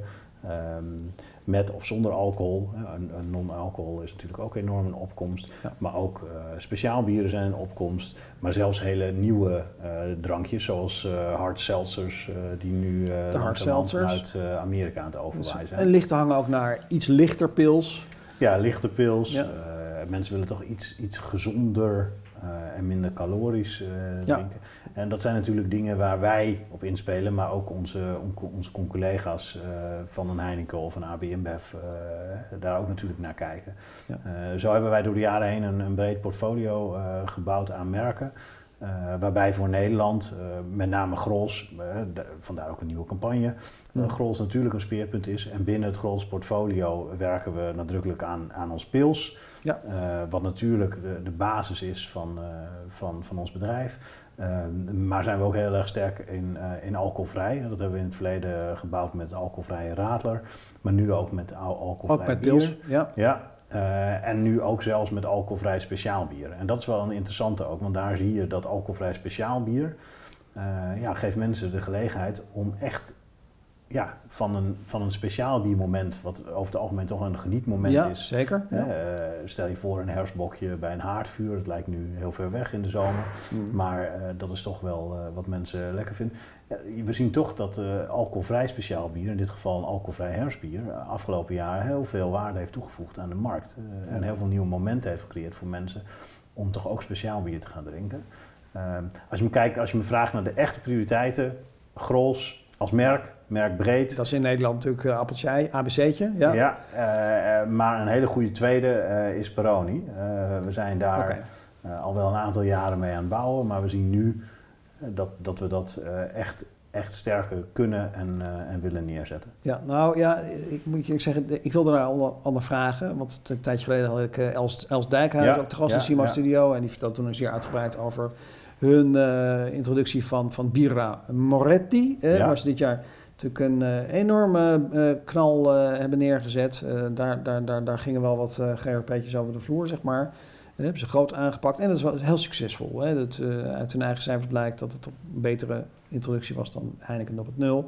Um, met of zonder alcohol. Een, een non-alcohol is natuurlijk ook enorm een opkomst. Ja. Maar ook uh, speciaalbieren zijn een opkomst. Maar zelfs hele nieuwe uh, drankjes zoals uh, hard seltzers. Uh, die nu uh, de hard seltzers vanuit uh, Amerika aan het overwaaien zijn. En lichten hangen ook naar iets lichter pils. Ja, lichter pils. Ja. Uh, mensen willen toch iets, iets gezonder uh, en minder calorisch uh, ja. drinken. En dat zijn natuurlijk dingen waar wij op inspelen, maar ook onze, onze collega's uh, van een Heineken of een A B InBev uh, daar ook natuurlijk naar kijken. Ja. Uh, zo hebben wij door de jaren heen een, een breed portfolio uh, gebouwd aan merken. Uh, waarbij voor Nederland, uh, met name Grols, uh, de, vandaar ook een nieuwe campagne, uh, Grols natuurlijk een speerpunt is. En binnen het Grols portfolio werken we nadrukkelijk aan, aan ons pils. Ja. Uh, wat natuurlijk de, de basis is van, uh, van, van ons bedrijf. Uh, maar zijn we ook heel erg sterk in, uh, in alcoholvrij. Dat hebben we in het verleden gebouwd met alcoholvrije radler. Maar nu ook met al- alcoholvrij ook met bier. pils, ja. Ja. Uh, en nu ook zelfs met alcoholvrij speciaal bier. En dat is wel een interessante ook, want daar zie je dat alcoholvrij speciaal bier uh, ja, geeft mensen de gelegenheid om echt ja, van, een, van een speciaal biermoment, wat over het algemeen toch een genietmoment ja, is. Zeker. Ja. Uh, stel je voor een herfstbokje bij een haardvuur, dat lijkt nu heel ver weg in de zomer, mm. maar uh, dat is toch wel uh, wat mensen lekker vinden. Ja, we zien toch dat uh, alcoholvrij speciaal bier, in dit geval een alcoholvrij herfstbier, uh, afgelopen jaar heel veel waarde heeft toegevoegd aan de markt. Uh, en heel veel nieuwe momenten heeft gecreëerd voor mensen om toch ook speciaal bier te gaan drinken. Uh, als je me kijkt, als je me vraagt naar de echte prioriteiten, Grols als merk, merk breed. Dat is in Nederland natuurlijk uh, appeltje A B C'tje. Ja, ja uh, uh, maar een hele goede tweede uh, is Peroni. Uh, we zijn daar okay. uh, al wel een aantal jaren mee aan het bouwen, maar we zien nu uh, dat, dat we dat uh, echt, echt sterker kunnen en, uh, en willen neerzetten. Ja, nou ja, ik moet je zeggen, ik wilde daar al, al naar vragen, want een tijdje geleden had ik uh, Els, Els Dijkhuis ja, op de gast in ja, Simo ja. Studio en die vertelde toen zeer uitgebreid over hun uh, introductie van, van Birra Moretti, eh, ja. waar ze dit jaar natuurlijk een uh, enorme uh, knal uh, hebben neergezet. Uh, daar, daar, daar, daar gingen wel wat uh, G R P'tjes over de vloer, zeg maar. Uh, hebben ze groot aangepakt en dat is wel heel succesvol. Hè. Dat, uh, uit hun eigen cijfers blijkt dat het een betere introductie was dan Heineken op het nul.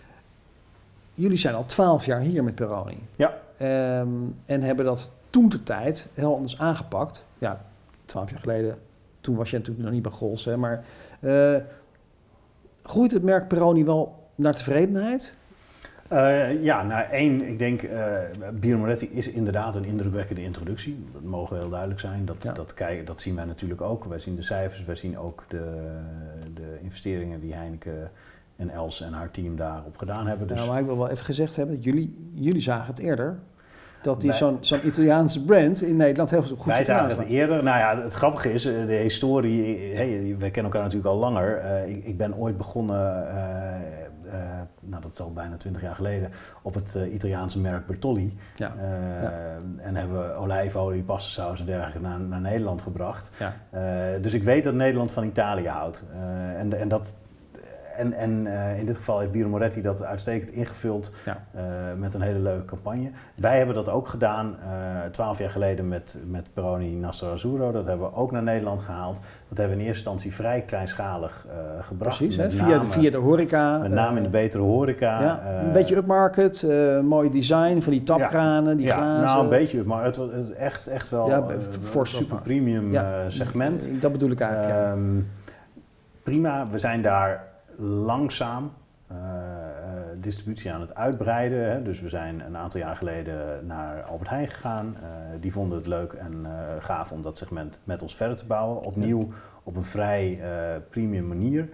Jullie zijn al twaalf jaar hier met Peroni. Ja. Um, en hebben dat toen de tijd heel anders aangepakt. Ja, twaalf jaar geleden. Toen was je natuurlijk nog niet bij Grols, hè, maar uh, groeit het merk Peroni wel naar tevredenheid? Uh, ja, nou één, ik denk, uh, Birra Moretti is inderdaad een indrukwekkende introductie. Dat mogen heel duidelijk zijn. Dat, ja. dat, dat, dat zien wij natuurlijk ook. Wij zien de cijfers, wij zien ook de, de investeringen die Heineken en Els en haar team daarop gedaan hebben. Dus... Nou, maar ik wil wel even gezegd hebben, dat jullie, jullie zagen het eerder. Dat die zo'n, zo'n Italiaanse brand in Nederland heel goed Wij zagen het eerder. Nou ja, het grappige is, de historie, hey, wij kennen elkaar natuurlijk al langer. Uh, ik, ik ben ooit begonnen, uh, uh, nou dat is al bijna twintig jaar geleden, op het uh, Italiaanse merk Bertolli. Ja. Uh, ja. En hebben we olijfolie, pastasaus en dergelijke naar, naar Nederland gebracht. Ja. Uh, dus ik weet dat Nederland van Italië houdt. Uh, en, en dat... en en uh, in dit geval heeft Biro Moretti dat uitstekend ingevuld ja. uh, met een hele leuke campagne. Wij hebben dat ook gedaan twaalf uh, jaar geleden met, met Peroni Nastro Azzurro. Dat hebben we ook naar Nederland gehaald. Dat hebben we in eerste instantie vrij kleinschalig uh, gebracht. Precies, hè? Via, de, via de horeca. Met name uh, in de betere horeca. Ja, uh, een beetje upmarket, uh, mooi design van die tapkranen, ja, die ja, glazen. Nou, een beetje, maar het is echt, echt wel ja, uh, voor super premium ja, uh, segment. Dat bedoel ik eigenlijk. Uh, ja. Prima, we zijn daar langzaam uh, uh, distributie aan het uitbreiden. Hè. Dus we zijn een aantal jaar geleden naar Albert Heijn gegaan. Uh, die vonden het leuk en uh, gaaf om dat segment met ons verder te bouwen. Opnieuw ja. op een vrij uh, premium manier.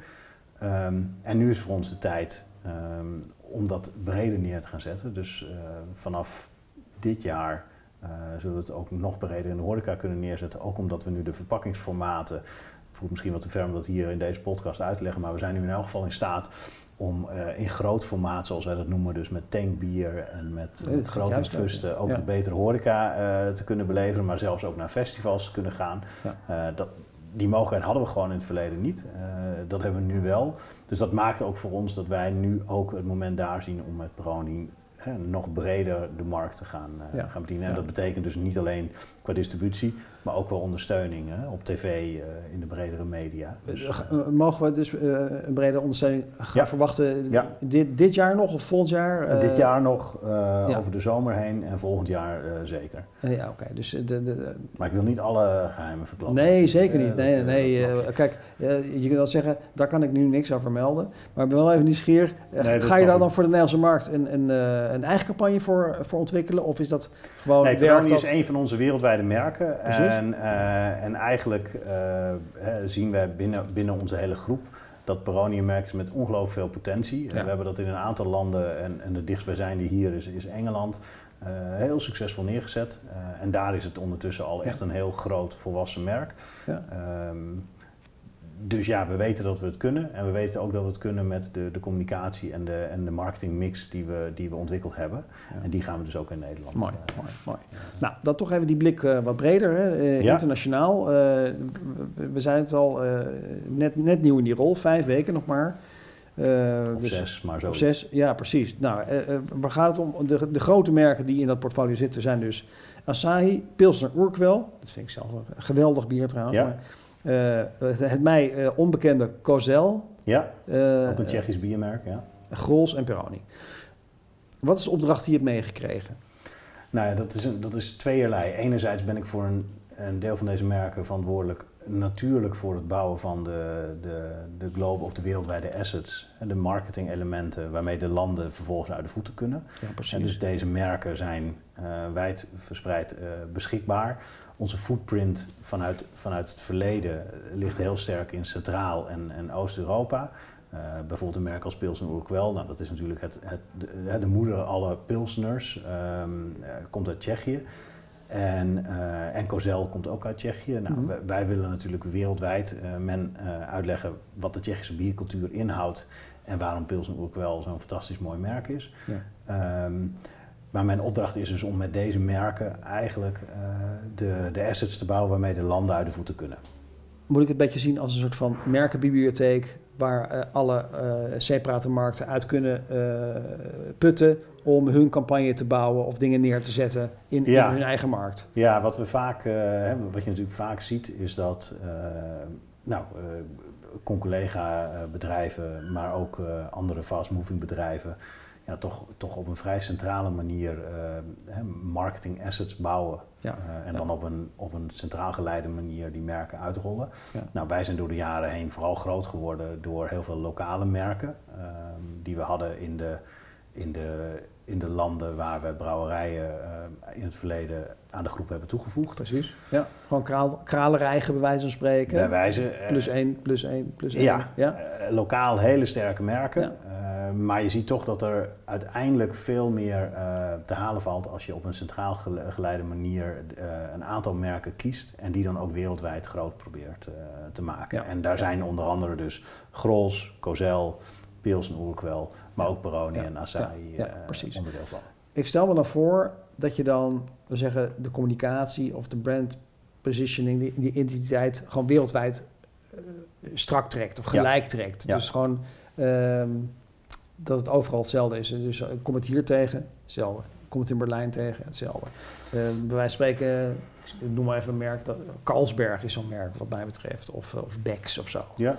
Um, en nu is voor ons de tijd um, om dat breder neer te gaan zetten. Dus uh, vanaf dit jaar uh, zullen we het ook nog breder in de horeca kunnen neerzetten. Ook omdat we nu de verpakkingsformaten... Het voelt misschien wat te ver om dat hier in deze podcast uit te leggen, maar we zijn nu in elk geval in staat om uh, in groot formaat, zoals wij dat noemen, dus met tankbier en met, nee, met grote fusten, ook ja. de betere horeca uh, te kunnen beleveren, maar zelfs ook naar festivals te kunnen gaan. Ja. Uh, dat, die mogelijkheid hadden we gewoon in het verleden niet. Uh, dat hebben we nu wel. Dus dat maakt ook voor ons dat wij nu ook het moment daar zien om met Peroni He, nog breder de markt te gaan, uh, ja. gaan bedienen. En ja. dat betekent dus niet alleen qua distributie, maar ook wel ondersteuning hè, op tv, uh, in de bredere media. Dus, uh, Mogen we dus uh, een bredere ondersteuning gaan ja. verwachten ja. Dit, dit jaar nog of volgend jaar? Uh, dit jaar nog, uh, ja. over de zomer heen en volgend jaar uh, zeker. Uh, ja, oké. Okay. Dus de, de, de... Maar ik wil niet alle geheimen verklappen. Nee, zeker niet. Nee, uh, nee, nee. Uh, kijk, uh, je kunt wel zeggen, daar kan ik nu niks over melden. Maar ik ben wel even nieuwsgierig. Uh, nee, ga je daar dan voor de Nederlandse markt een, een, uh, een eigen campagne voor, voor ontwikkelen? Of is dat gewoon... Nee, Peroni dat... is een van onze wereldwijde merken. En, uh, en eigenlijk uh, hè, zien wij binnen, binnen onze hele groep dat Peroni een merk is met ongelooflijk veel potentie. Ja. We hebben dat in een aantal landen en, en de dichtstbijzijnde hier is, is Engeland. Uh, heel succesvol neergezet. Uh, en daar is het ondertussen al echt een heel groot volwassen merk. Ja. Um, Dus ja, we weten dat we het kunnen en we weten ook dat we het kunnen met de, de communicatie en de, en de marketingmix die we, die we ontwikkeld hebben. Ja. En die gaan we dus ook in Nederland. Mooi, uh, mooi, mooi. Uh, nou, dan toch even die blik uh, wat breder, hè? Uh, ja. internationaal. Uh, we, we zijn het al uh, net, net nieuw in die rol, vijf weken nog maar. Uh, of dus, zes, maar zo. Of zes, ja precies. Nou, uh, uh, waar gaat het om? De, de grote merken die in dat portfolio zitten zijn dus Asahi, Pilsner Urquell. Dat vind ik zelf een geweldig bier trouwens. Ja. Maar, Uh, het mij uh, onbekende Kozel. Ja, uh, ook een Tsjechisch biermerk, ja. Grols en Peroni. Wat is de opdracht die je hebt meegekregen? Nou ja, dat is, een, dat is tweeërlei. Enerzijds ben ik voor een, een deel van deze merken verantwoordelijk natuurlijk voor het bouwen van de, de, de global of de wereldwijde assets en de marketing elementen waarmee de landen vervolgens uit de voeten kunnen. Ja, precies. En dus deze merken zijn uh, wijd verspreid uh, beschikbaar. Onze footprint vanuit, vanuit het verleden ligt heel sterk in Centraal- en, en Oost-Europa. Uh, bijvoorbeeld een merk als Pilsner Urquell, nou, dat is natuurlijk het, het, de, de moeder aller pilsners, um, uh, komt uit Tsjechië. En, uh, en Kozel komt ook uit Tsjechië. Nou, mm-hmm. wij, wij willen natuurlijk wereldwijd uh, men uh, uitleggen wat de Tsjechische biercultuur inhoudt en waarom Pilsner Urquell zo'n fantastisch mooi merk is. Ja. Um, maar mijn opdracht is dus om met deze merken eigenlijk uh, de, de assets te bouwen waarmee de landen uit de voeten kunnen. Moet ik het een beetje zien als een soort van merkenbibliotheek waar uh, alle uh, separatenmarkten uit kunnen uh, putten om hun campagne te bouwen of dingen neer te zetten in, ja. in hun eigen markt? Ja, wat we vaak, uh, wat je natuurlijk vaak ziet is dat uh, nou, uh, conculega bedrijven, maar ook uh, andere fast-moving bedrijven, ja, toch, toch op een vrij centrale manier uh, marketing assets bouwen. Ja, uh, en ja. dan op een, op een centraal geleide manier die merken uitrollen. Ja. Nou, wij zijn door de jaren heen vooral groot geworden door heel veel lokale merken uh, die we hadden in de, in de, in de landen waar we brouwerijen uh, in het verleden aan de groep hebben toegevoegd. Precies. Ja, gewoon kraal, kralenrijgen bij wijze van spreken. Bij wijze. Uh, plus één, plus één, plus één. Ja, ja. Uh, lokaal hele sterke merken. Ja. Uh, maar je ziet toch dat er uiteindelijk veel meer uh, te halen valt als je op een centraal geleide manier uh, een aantal merken kiest en die dan ook wereldwijd groot probeert uh, te maken. Ja. En daar zijn onder andere dus Grols, Kozel, Pilsner Urquell, maar ook Peroni ja. en Asahi ja. Ja, uh, onderdeel van. Ik stel me dan voor dat je dan, we zeggen, de communicatie of de brand positioning, die, die identiteit gewoon wereldwijd uh, strak trekt of gelijk ja. trekt. Ja. Dus gewoon Um, dat het overal hetzelfde is. Dus ik kom het hier tegen, hetzelfde. Ik kom het in Berlijn tegen, hetzelfde. Uh, bij wijze van spreken, ik noem maar even een merk, dat, Carlsberg is zo'n merk wat mij betreft. Of, of Becks of zo. Ja.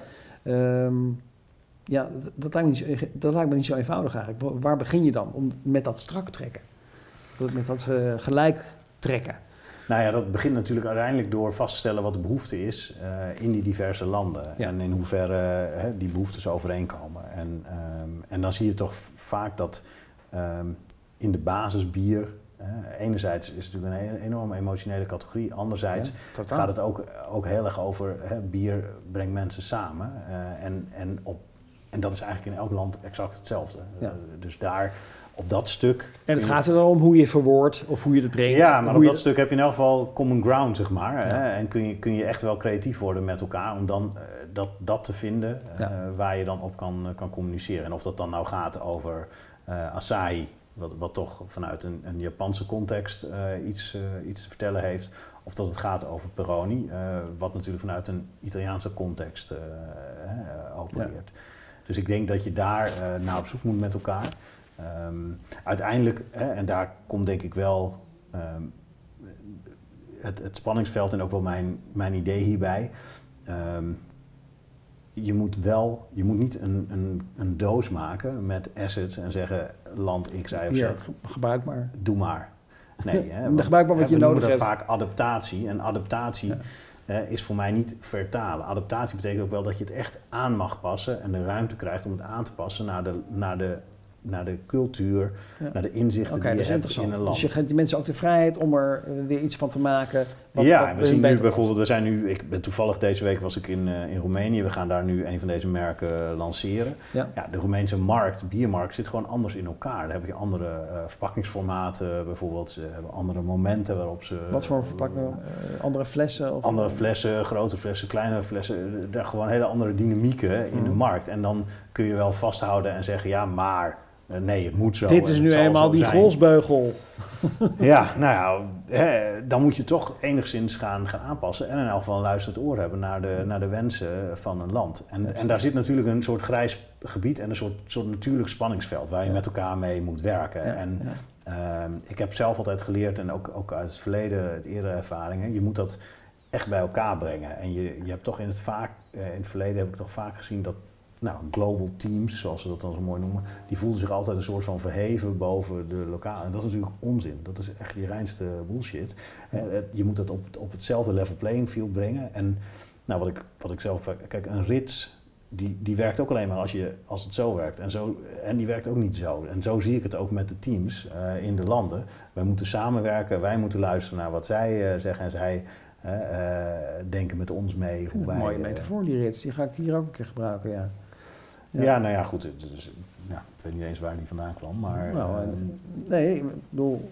Um, ja, dat, dat, lijkt me niet, dat lijkt me niet zo eenvoudig eigenlijk. Waar begin je dan om met dat strak trekken? Dat, met dat uh, gelijk trekken? Nou ja, dat begint natuurlijk uiteindelijk door vast te stellen wat de behoefte is uh, in die diverse landen. Ja. En in hoeverre uh, die behoeftes overeenkomen. En, um, en dan zie je toch vaak dat um, in de basis bier, uh, enerzijds is het natuurlijk een hele, enorme emotionele categorie. Anderzijds ja, gaat het ook, ook heel erg over, hè, bier brengt mensen samen. Uh, en, en, op, en dat is eigenlijk in elk land exact hetzelfde. Ja. Uh, dus daar... Op dat stuk... En het gaat er dan om hoe je het verwoordt of hoe je het brengt. Ja, maar op dat je... stuk heb je in elk geval common ground, zeg maar. Ja. Hè? En kun je, kun je echt wel creatief worden met elkaar om dan uh, dat, dat te vinden uh, ja. waar je dan op kan, uh, kan communiceren. En of dat dan nou gaat over uh, Asahi, wat, wat toch vanuit een, een Japanse context uh, iets, uh, iets te vertellen heeft. Of dat het gaat over Peroni, uh, wat natuurlijk vanuit een Italiaanse context uh, uh, opereert. Ja. Dus ik denk dat je daar uh, naar op zoek moet met elkaar. Um, uiteindelijk, hè, en daar komt denk ik wel um, het, het spanningsveld en ook wel mijn, mijn idee hierbij. Um, je moet wel, je moet niet een, een, een doos maken met assets en zeggen land X, Y of Z. Ja, gebruik maar. Doe maar. Nee, hè, want, gebruik maar wat je nodig hebt. We vaak adaptatie en adaptatie ja. uh, is voor mij niet vertalen. Adaptatie betekent ook wel dat je het echt aan mag passen en de ruimte krijgt om het aan te passen naar de, naar de naar de cultuur, ja. naar de inzichten okay, die je hebt in een land. Dus je geeft die mensen ook de vrijheid om er uh, weer iets van te maken. Wat, ja, wat we zien nu bijvoorbeeld, we zijn nu, ik ben toevallig deze week was ik in, uh, in Roemenië, we gaan daar nu een van deze merken uh, lanceren. Ja. Ja, de Roemeense markt, de biermarkt, zit gewoon anders in elkaar. Daar heb je andere uh, verpakkingsformaten bijvoorbeeld, ze hebben andere momenten waarop ze... Wat voor verpakken? Uh, andere flessen? Of andere flessen, grote flessen, kleinere flessen, daar gewoon hele andere dynamieken in mm. de markt. En dan kun je wel vasthouden en zeggen, ja, maar... Nee, het moet zo. Dit is nu eenmaal die grolsbeugel. Ja, nou ja, hè, dan moet je toch enigszins gaan, gaan aanpassen. En in elk geval een luisterend oor hebben naar de, naar de wensen van een land. En, ja, en daar zit natuurlijk een soort grijs gebied en een soort, soort natuurlijk spanningsveld waar je ja. met elkaar mee moet werken. Ja, en ja. Uh, ik heb zelf altijd geleerd, en ook, ook uit het verleden, het eerdere ervaringen, je moet dat echt bij elkaar brengen. En je, je hebt toch in het, vaak, uh, in het verleden heb ik toch vaak gezien dat nou, global teams, zoals ze dat dan zo mooi noemen, die voelden zich altijd een soort van verheven boven de lokale. En dat is natuurlijk onzin. Dat is echt die reinste bullshit. Je moet dat op, op hetzelfde level playing field brengen. En nou, wat ik, wat ik zelf... Kijk, een rits, die, die werkt ook alleen maar als, je, als het zo werkt. En, zo, en die werkt ook niet zo. En zo zie ik het ook met de teams uh, in de landen. Wij moeten samenwerken, wij moeten luisteren naar wat zij uh, zeggen en zij... Uh, uh, denken met ons mee. Hoe wij, een mooie metafoor, die rits. Die ga ik hier ook een keer gebruiken, ja. Ja, ja nou ja, goed. Dus, ja, ik weet niet eens waar die vandaan kwam, maar... Nou, uh, nee, ik bedoel...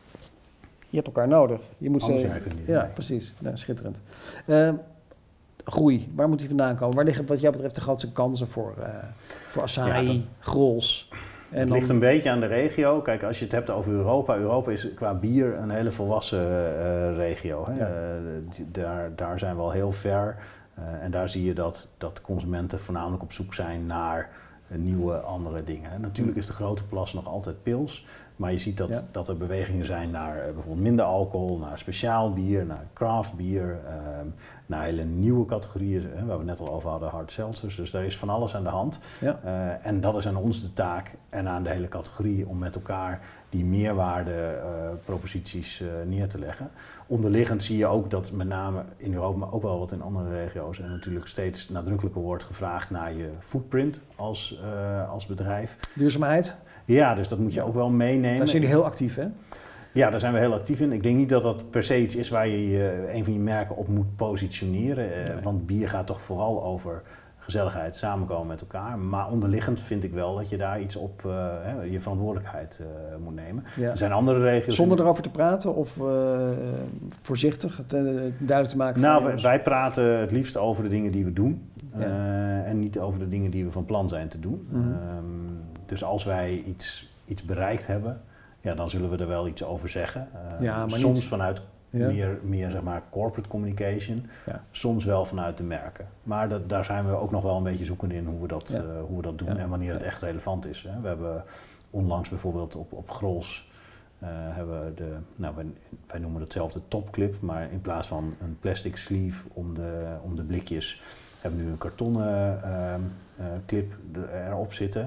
Je hebt elkaar nodig. Je moet anders ze, werkt het niet. Ja, mee. precies. Nou, schitterend. Uh, groei, waar moet die vandaan komen? Waar liggen wat jou betreft de grootste kansen voor, uh, voor Asahi, ja, dat, Grols? En het dan, ligt een beetje aan de regio. Kijk, als je het hebt over Europa. Europa is qua bier een hele volwassen uh, regio. Hè? Ja. Uh, die, daar, daar zijn we al heel ver. Uh, en daar zie je dat, dat consumenten voornamelijk op zoek zijn naar uh, nieuwe, andere dingen. En natuurlijk is de grote plas nog altijd pils. Maar je ziet dat, ja. dat er bewegingen zijn naar uh, bijvoorbeeld minder alcohol, naar speciaal bier, naar craft bier, uh, naar hele nieuwe categorieën, uh, waar we net al over hadden, hard seltzers. Dus daar is van alles aan de hand. Ja. Uh, en dat is aan ons de taak en aan de hele categorie om met elkaar die meerwaarde uh, proposities uh, neer te leggen. Onderliggend zie je ook dat met name in Europa, maar ook wel wat in andere regio's, en natuurlijk steeds nadrukkelijker wordt gevraagd naar je footprint als, uh, als bedrijf. Duurzaamheid? Ja, dus dat moet je ook wel meenemen. Daar zijn jullie heel actief, hè? Ja, daar zijn we heel actief in. Ik denk niet dat dat per se iets is waar je uh, een van je merken op moet positioneren. Uh, nee. Want bier gaat toch vooral over gezelligheid, samenkomen met elkaar. Maar onderliggend vind ik wel dat je daar iets op uh, hè, je verantwoordelijkheid uh, moet nemen. Ja. Er zijn andere regio's... Zonder in... erover te praten of uh, voorzichtig het uh, duidelijk te maken? Nou, wij, wij praten het liefst over de dingen die we doen. Ja. Uh, en niet over de dingen die we van plan zijn te doen. Mm-hmm. Um, dus als wij iets, iets bereikt hebben, ja, dan zullen we er wel iets over zeggen. Uh, ja, maar soms niet... vanuit ja. meer, meer zeg maar corporate communication. Ja. Soms wel vanuit de merken. Maar dat, daar zijn we ook nog wel een beetje zoekende in hoe we dat, ja. uh, hoe we dat doen ja. en wanneer het echt relevant is. Hè. We hebben onlangs bijvoorbeeld op, op Grols uh, hebben we de, nou wij, wij noemen hetzelfde topclip, maar in plaats van een plastic sleeve om de, om de blikjes, hebben we nu een kartonnen uh, uh, clip erop zitten.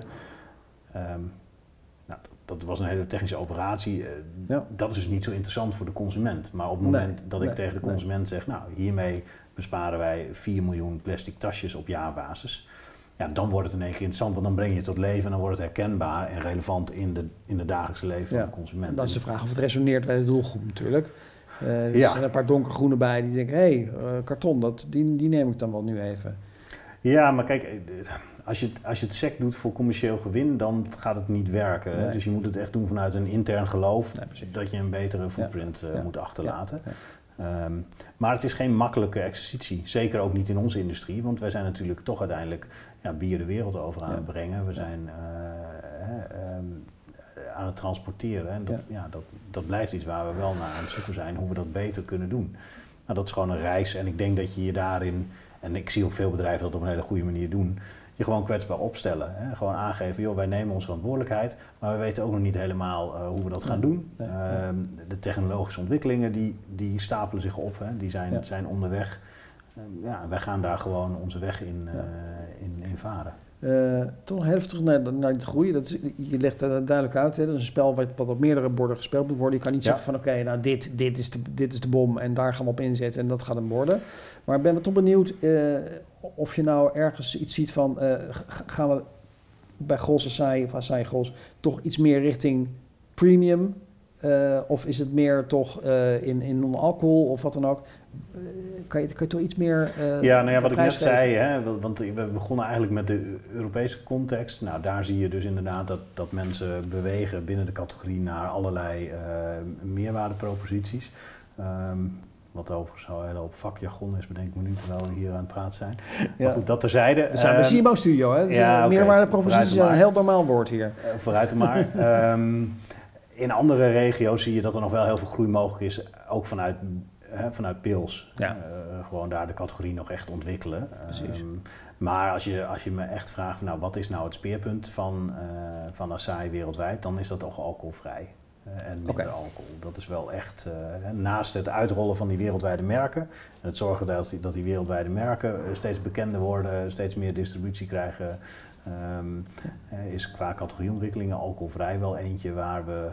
Um, nou, dat was een hele technische operatie. Uh, ja. Dat is dus niet zo interessant voor de consument. Maar op het moment nee, dat ik nee, tegen de consument nee. zeg, nou hiermee besparen wij vier miljoen plastic tasjes op jaarbasis. Ja, dan wordt het in één keer interessant, want dan breng je het tot leven en dan wordt het herkenbaar en relevant in de, in het dagelijkse leven ja. van de consument. En dan is de vraag of het resoneert bij de doelgroep natuurlijk. Uh, er ja. zijn een paar donkergroenen bij die denken, hé, hey, uh, karton, dat, die, die neem ik dan wel nu even. Ja, maar kijk, als je, als je het sec doet voor commercieel gewin, dan gaat het niet werken. Nee. Dus je moet het echt doen vanuit een intern geloof nee, dat je een betere footprint ja. uh, ja. moet achterlaten. Ja. Ja. Um, maar het is geen makkelijke exercitie. Zeker ook niet in onze industrie, want wij zijn natuurlijk toch uiteindelijk ja, bier de wereld over aan ja. het brengen. We zijn uh, um, aan het transporteren. En dat, ja. Ja, dat, dat blijft iets waar we wel naar aan het zoeken zijn, hoe we dat beter kunnen doen. Nou, dat is gewoon een reis en ik denk dat je je daarin, en ik zie ook veel bedrijven dat op een hele goede manier doen, je gewoon kwetsbaar opstellen. Hè? Gewoon aangeven, joh, wij nemen onze verantwoordelijkheid, maar we weten ook nog niet helemaal uh, hoe we dat gaan doen. Ja, ja. Uh, de technologische ontwikkelingen die, die stapelen zich op, hè? Die zijn, ja. zijn onderweg. Uh, ja, wij gaan daar gewoon onze weg in, uh, ja. in, in varen. Uh, toch heel even terug naar, naar de groei. Dat is, je legt het duidelijk uit. Hè? Dat is een spel wat, wat op meerdere borden gespeeld moet worden. Je kan niet ja. zeggen van oké, okay, nou dit, dit, is de, dit is de bom en daar gaan we op inzetten en dat gaat hem worden. Maar ik ben toch benieuwd uh, of je nou ergens iets ziet van uh, gaan we bij Grols Asahi of Asahi Grols toch iets meer richting premium? Uh, of is het meer toch uh, in, in non-alcohol of wat dan ook? Uh, kan, je, kan je toch iets meer uh, Ja, nou ja, wat ik net geven? zei, hè, want we begonnen eigenlijk met de Europese context. Nou, daar zie je dus inderdaad dat, dat mensen bewegen binnen de categorie naar allerlei uh, meerwaardeproposities. Um, wat overigens zo heel op vakjargon is, bedenk ik me nu terwijl we hier aan het praten zijn. Ja. Maar goed, dat terzijde. We zijn bij C M O Studio, hè? Dus ja, okay. Meerwaardeproposities is een heel normaal woord hier. Uh, vooruit maar. um, In andere regio's zie je dat er nog wel heel veel groei mogelijk is, ook vanuit, hè, vanuit Pils. Ja. Uh, gewoon daar de categorie nog echt ontwikkelen. Precies. Um, maar als je, als je me echt vraagt, nou, wat is nou het speerpunt van, uh, van Asahi wereldwijd, dan is dat toch alcoholvrij. Uh, en minder okay. alcohol. Dat is wel echt, uh, naast het uitrollen van die wereldwijde merken, en het zorgen dat die, dat die wereldwijde merken steeds bekender worden, steeds meer distributie krijgen, Um, uh, is qua categorieontwikkelingen alcoholvrij wel eentje waar we,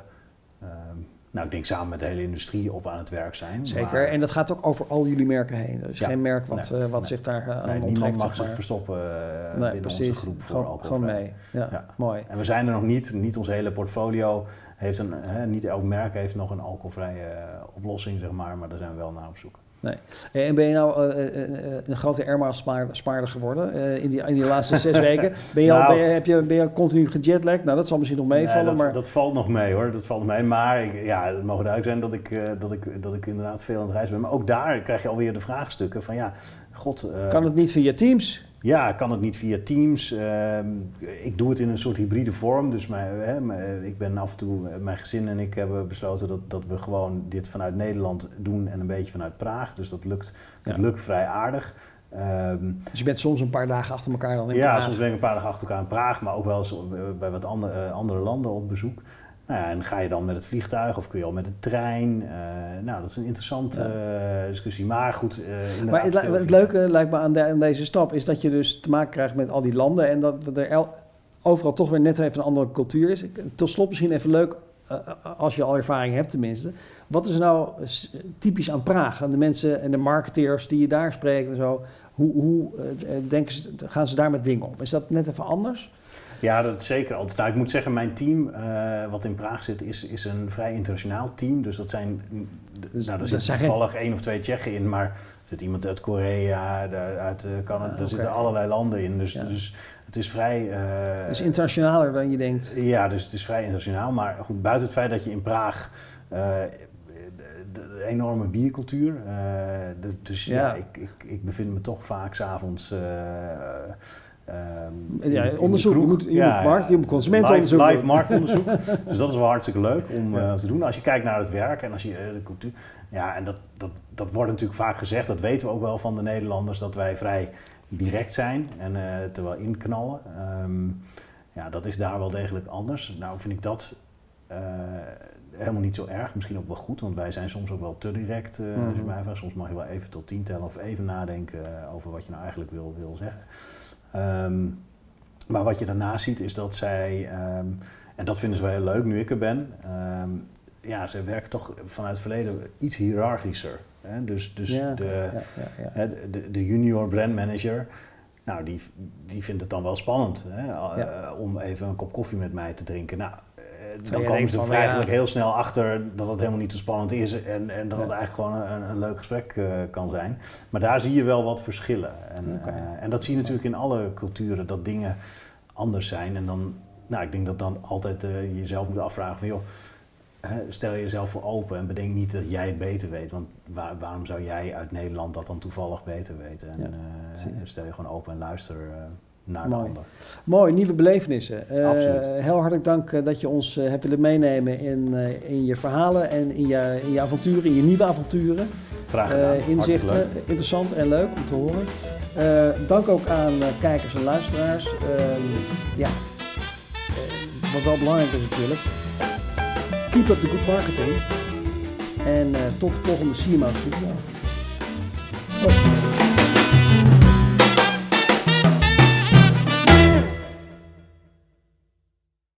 um, nou ik denk samen met de hele industrie op aan het werk zijn. Zeker, maar, en dat gaat ook over al jullie merken heen. Er is ja, geen merk wat, nee, uh, wat nee. zich daar uh, aan nee, niemand mag zich verstoppen uh, nee, binnen precies. onze groep voor gewoon, alcoholvrij. Gewoon mee, ja, ja. Mooi. En we zijn er nog niet, niet ons hele portfolio heeft een, hè, niet elk merk heeft nog een alcoholvrije uh, oplossing, zeg maar, maar daar zijn we wel naar op zoek. Nee. En ben je nou uh, uh, een grote Airmiles-spaarder geworden uh, in, die, in die laatste zes weken? Ben je, nou, al, ben, je, heb je, ben je continu gejetlagd? Nou, dat zal misschien nog meevallen. Nee, dat, maar... dat valt nog mee hoor, dat valt nog mee. Maar ik, ja, het mogen duidelijk zijn dat ik, uh, dat, ik, dat ik inderdaad veel aan het reizen ben. Maar ook daar krijg je alweer de vraagstukken van ja, god... Uh, kan het niet via Teams? Ja, kan het niet via Teams. Uh, ik doe het in een soort hybride vorm. Dus mijn, hè, mijn, ik ben af en toe, mijn gezin en ik hebben besloten dat, dat we gewoon dit vanuit Nederland doen en een beetje vanuit Praag. Dus dat lukt, dat ja. lukt vrij aardig. Um, dus je bent soms een paar dagen achter elkaar dan in ja, Praag? Ja, soms ben ik een paar dagen achter elkaar in Praag, maar ook wel eens bij wat andere, uh, andere landen op bezoek. Nou ja, en ga je dan met het vliegtuig of kun je al met de trein? Uh, nou, dat is een interessante ja. uh, discussie. Maar goed, uh, maar het, het leuke lijkt me aan, de, aan deze stap is dat je dus te maken krijgt met al die landen en dat er el, overal toch weer net even een andere cultuur is. Tot slot misschien even leuk, uh, als je al ervaring hebt tenminste. Wat is nou typisch aan Praag? Aan de mensen en de marketeers die je daar spreekt en zo. Hoe, hoe uh, denken ze, gaan ze daar met dingen om? Is dat net even anders? Ja, dat is zeker altijd. Nou, ik moet zeggen, mijn team uh, wat in Praag zit, is, is een vrij internationaal team. Dus dat zijn, dus, nou, daar zitten toevallig één of twee Tsjechen in, maar er zit iemand uit Korea, uit Canada, ah, okay. Er zitten allerlei landen in. Dus, ja. dus het is vrij... Uh, het is internationaler dan je denkt. Ja, dus het is vrij internationaal. Maar goed, buiten het feit dat je in Praag... Uh, de, de enorme biercultuur. Uh, de, dus ja, ja ik, ik, ik bevind me toch vaak 's avonds... Uh, Um, ja, in, in onderzoek, je moet, je ja, moet markt, je moet consumentenonderzoek live, live marktonderzoek. Dus dat is wel hartstikke leuk om ja. uh, te doen. Als je kijkt naar het werk en als je uh, de cultuur... Ja, en dat, dat, dat wordt natuurlijk vaak gezegd, dat weten we ook wel van de Nederlanders, dat wij vrij direct zijn en uh, terwijl inknallen. Um, ja, dat is daar wel degelijk anders. Nou vind ik dat uh, helemaal niet zo erg, misschien ook wel goed, want wij zijn soms ook wel te direct. Uh, mm-hmm. Als je mij vraagt, soms mag je wel even tot tien tellen of even nadenken uh, over wat je nou eigenlijk wil, wil zeggen. Um, maar wat je daarnaast ziet is dat zij, um, en dat vinden ze wel heel leuk nu ik er ben, um, ja, ze werken toch vanuit het verleden iets hiërarchischer. Hè? Dus, dus ja, de, ja, ja, ja. De, de junior brandmanager, nou, die, die vindt het dan wel spannend hè? Ja. Uh, om even een kop koffie met mij te drinken. Nou, uh, dan komen ze er eigenlijk ja. heel snel achter dat het helemaal niet zo spannend is en, en dat ja. het eigenlijk gewoon een, een leuk gesprek uh, kan zijn. Maar daar zie je wel wat verschillen. En, okay. uh, en dat zie je natuurlijk in alle culturen, dat dingen anders zijn. En dan, nou, ik denk dat dan altijd uh, jezelf moet afvragen van, joh, stel jezelf voor open en bedenk niet dat jij het beter weet. Want waar, waarom zou jij uit Nederland dat dan toevallig beter weten? En ja, uh, stel je gewoon open en luister uh, naar Mooi. de ander. Mooi, nieuwe belevenissen. Uh, Absoluut. Heel hartelijk dank uh, dat je ons uh, hebt willen meenemen in, uh, in je verhalen en in je, in je avonturen, in je nieuwe avonturen. Graag gedaan. Uh, inzichten, interessant en leuk om te horen. Uh, dank ook aan uh, kijkers en luisteraars. Uh, ja, uh, wat wel belangrijk is natuurlijk. Keep up the good marketing. En uh, tot de volgende C M O Studio. Oh.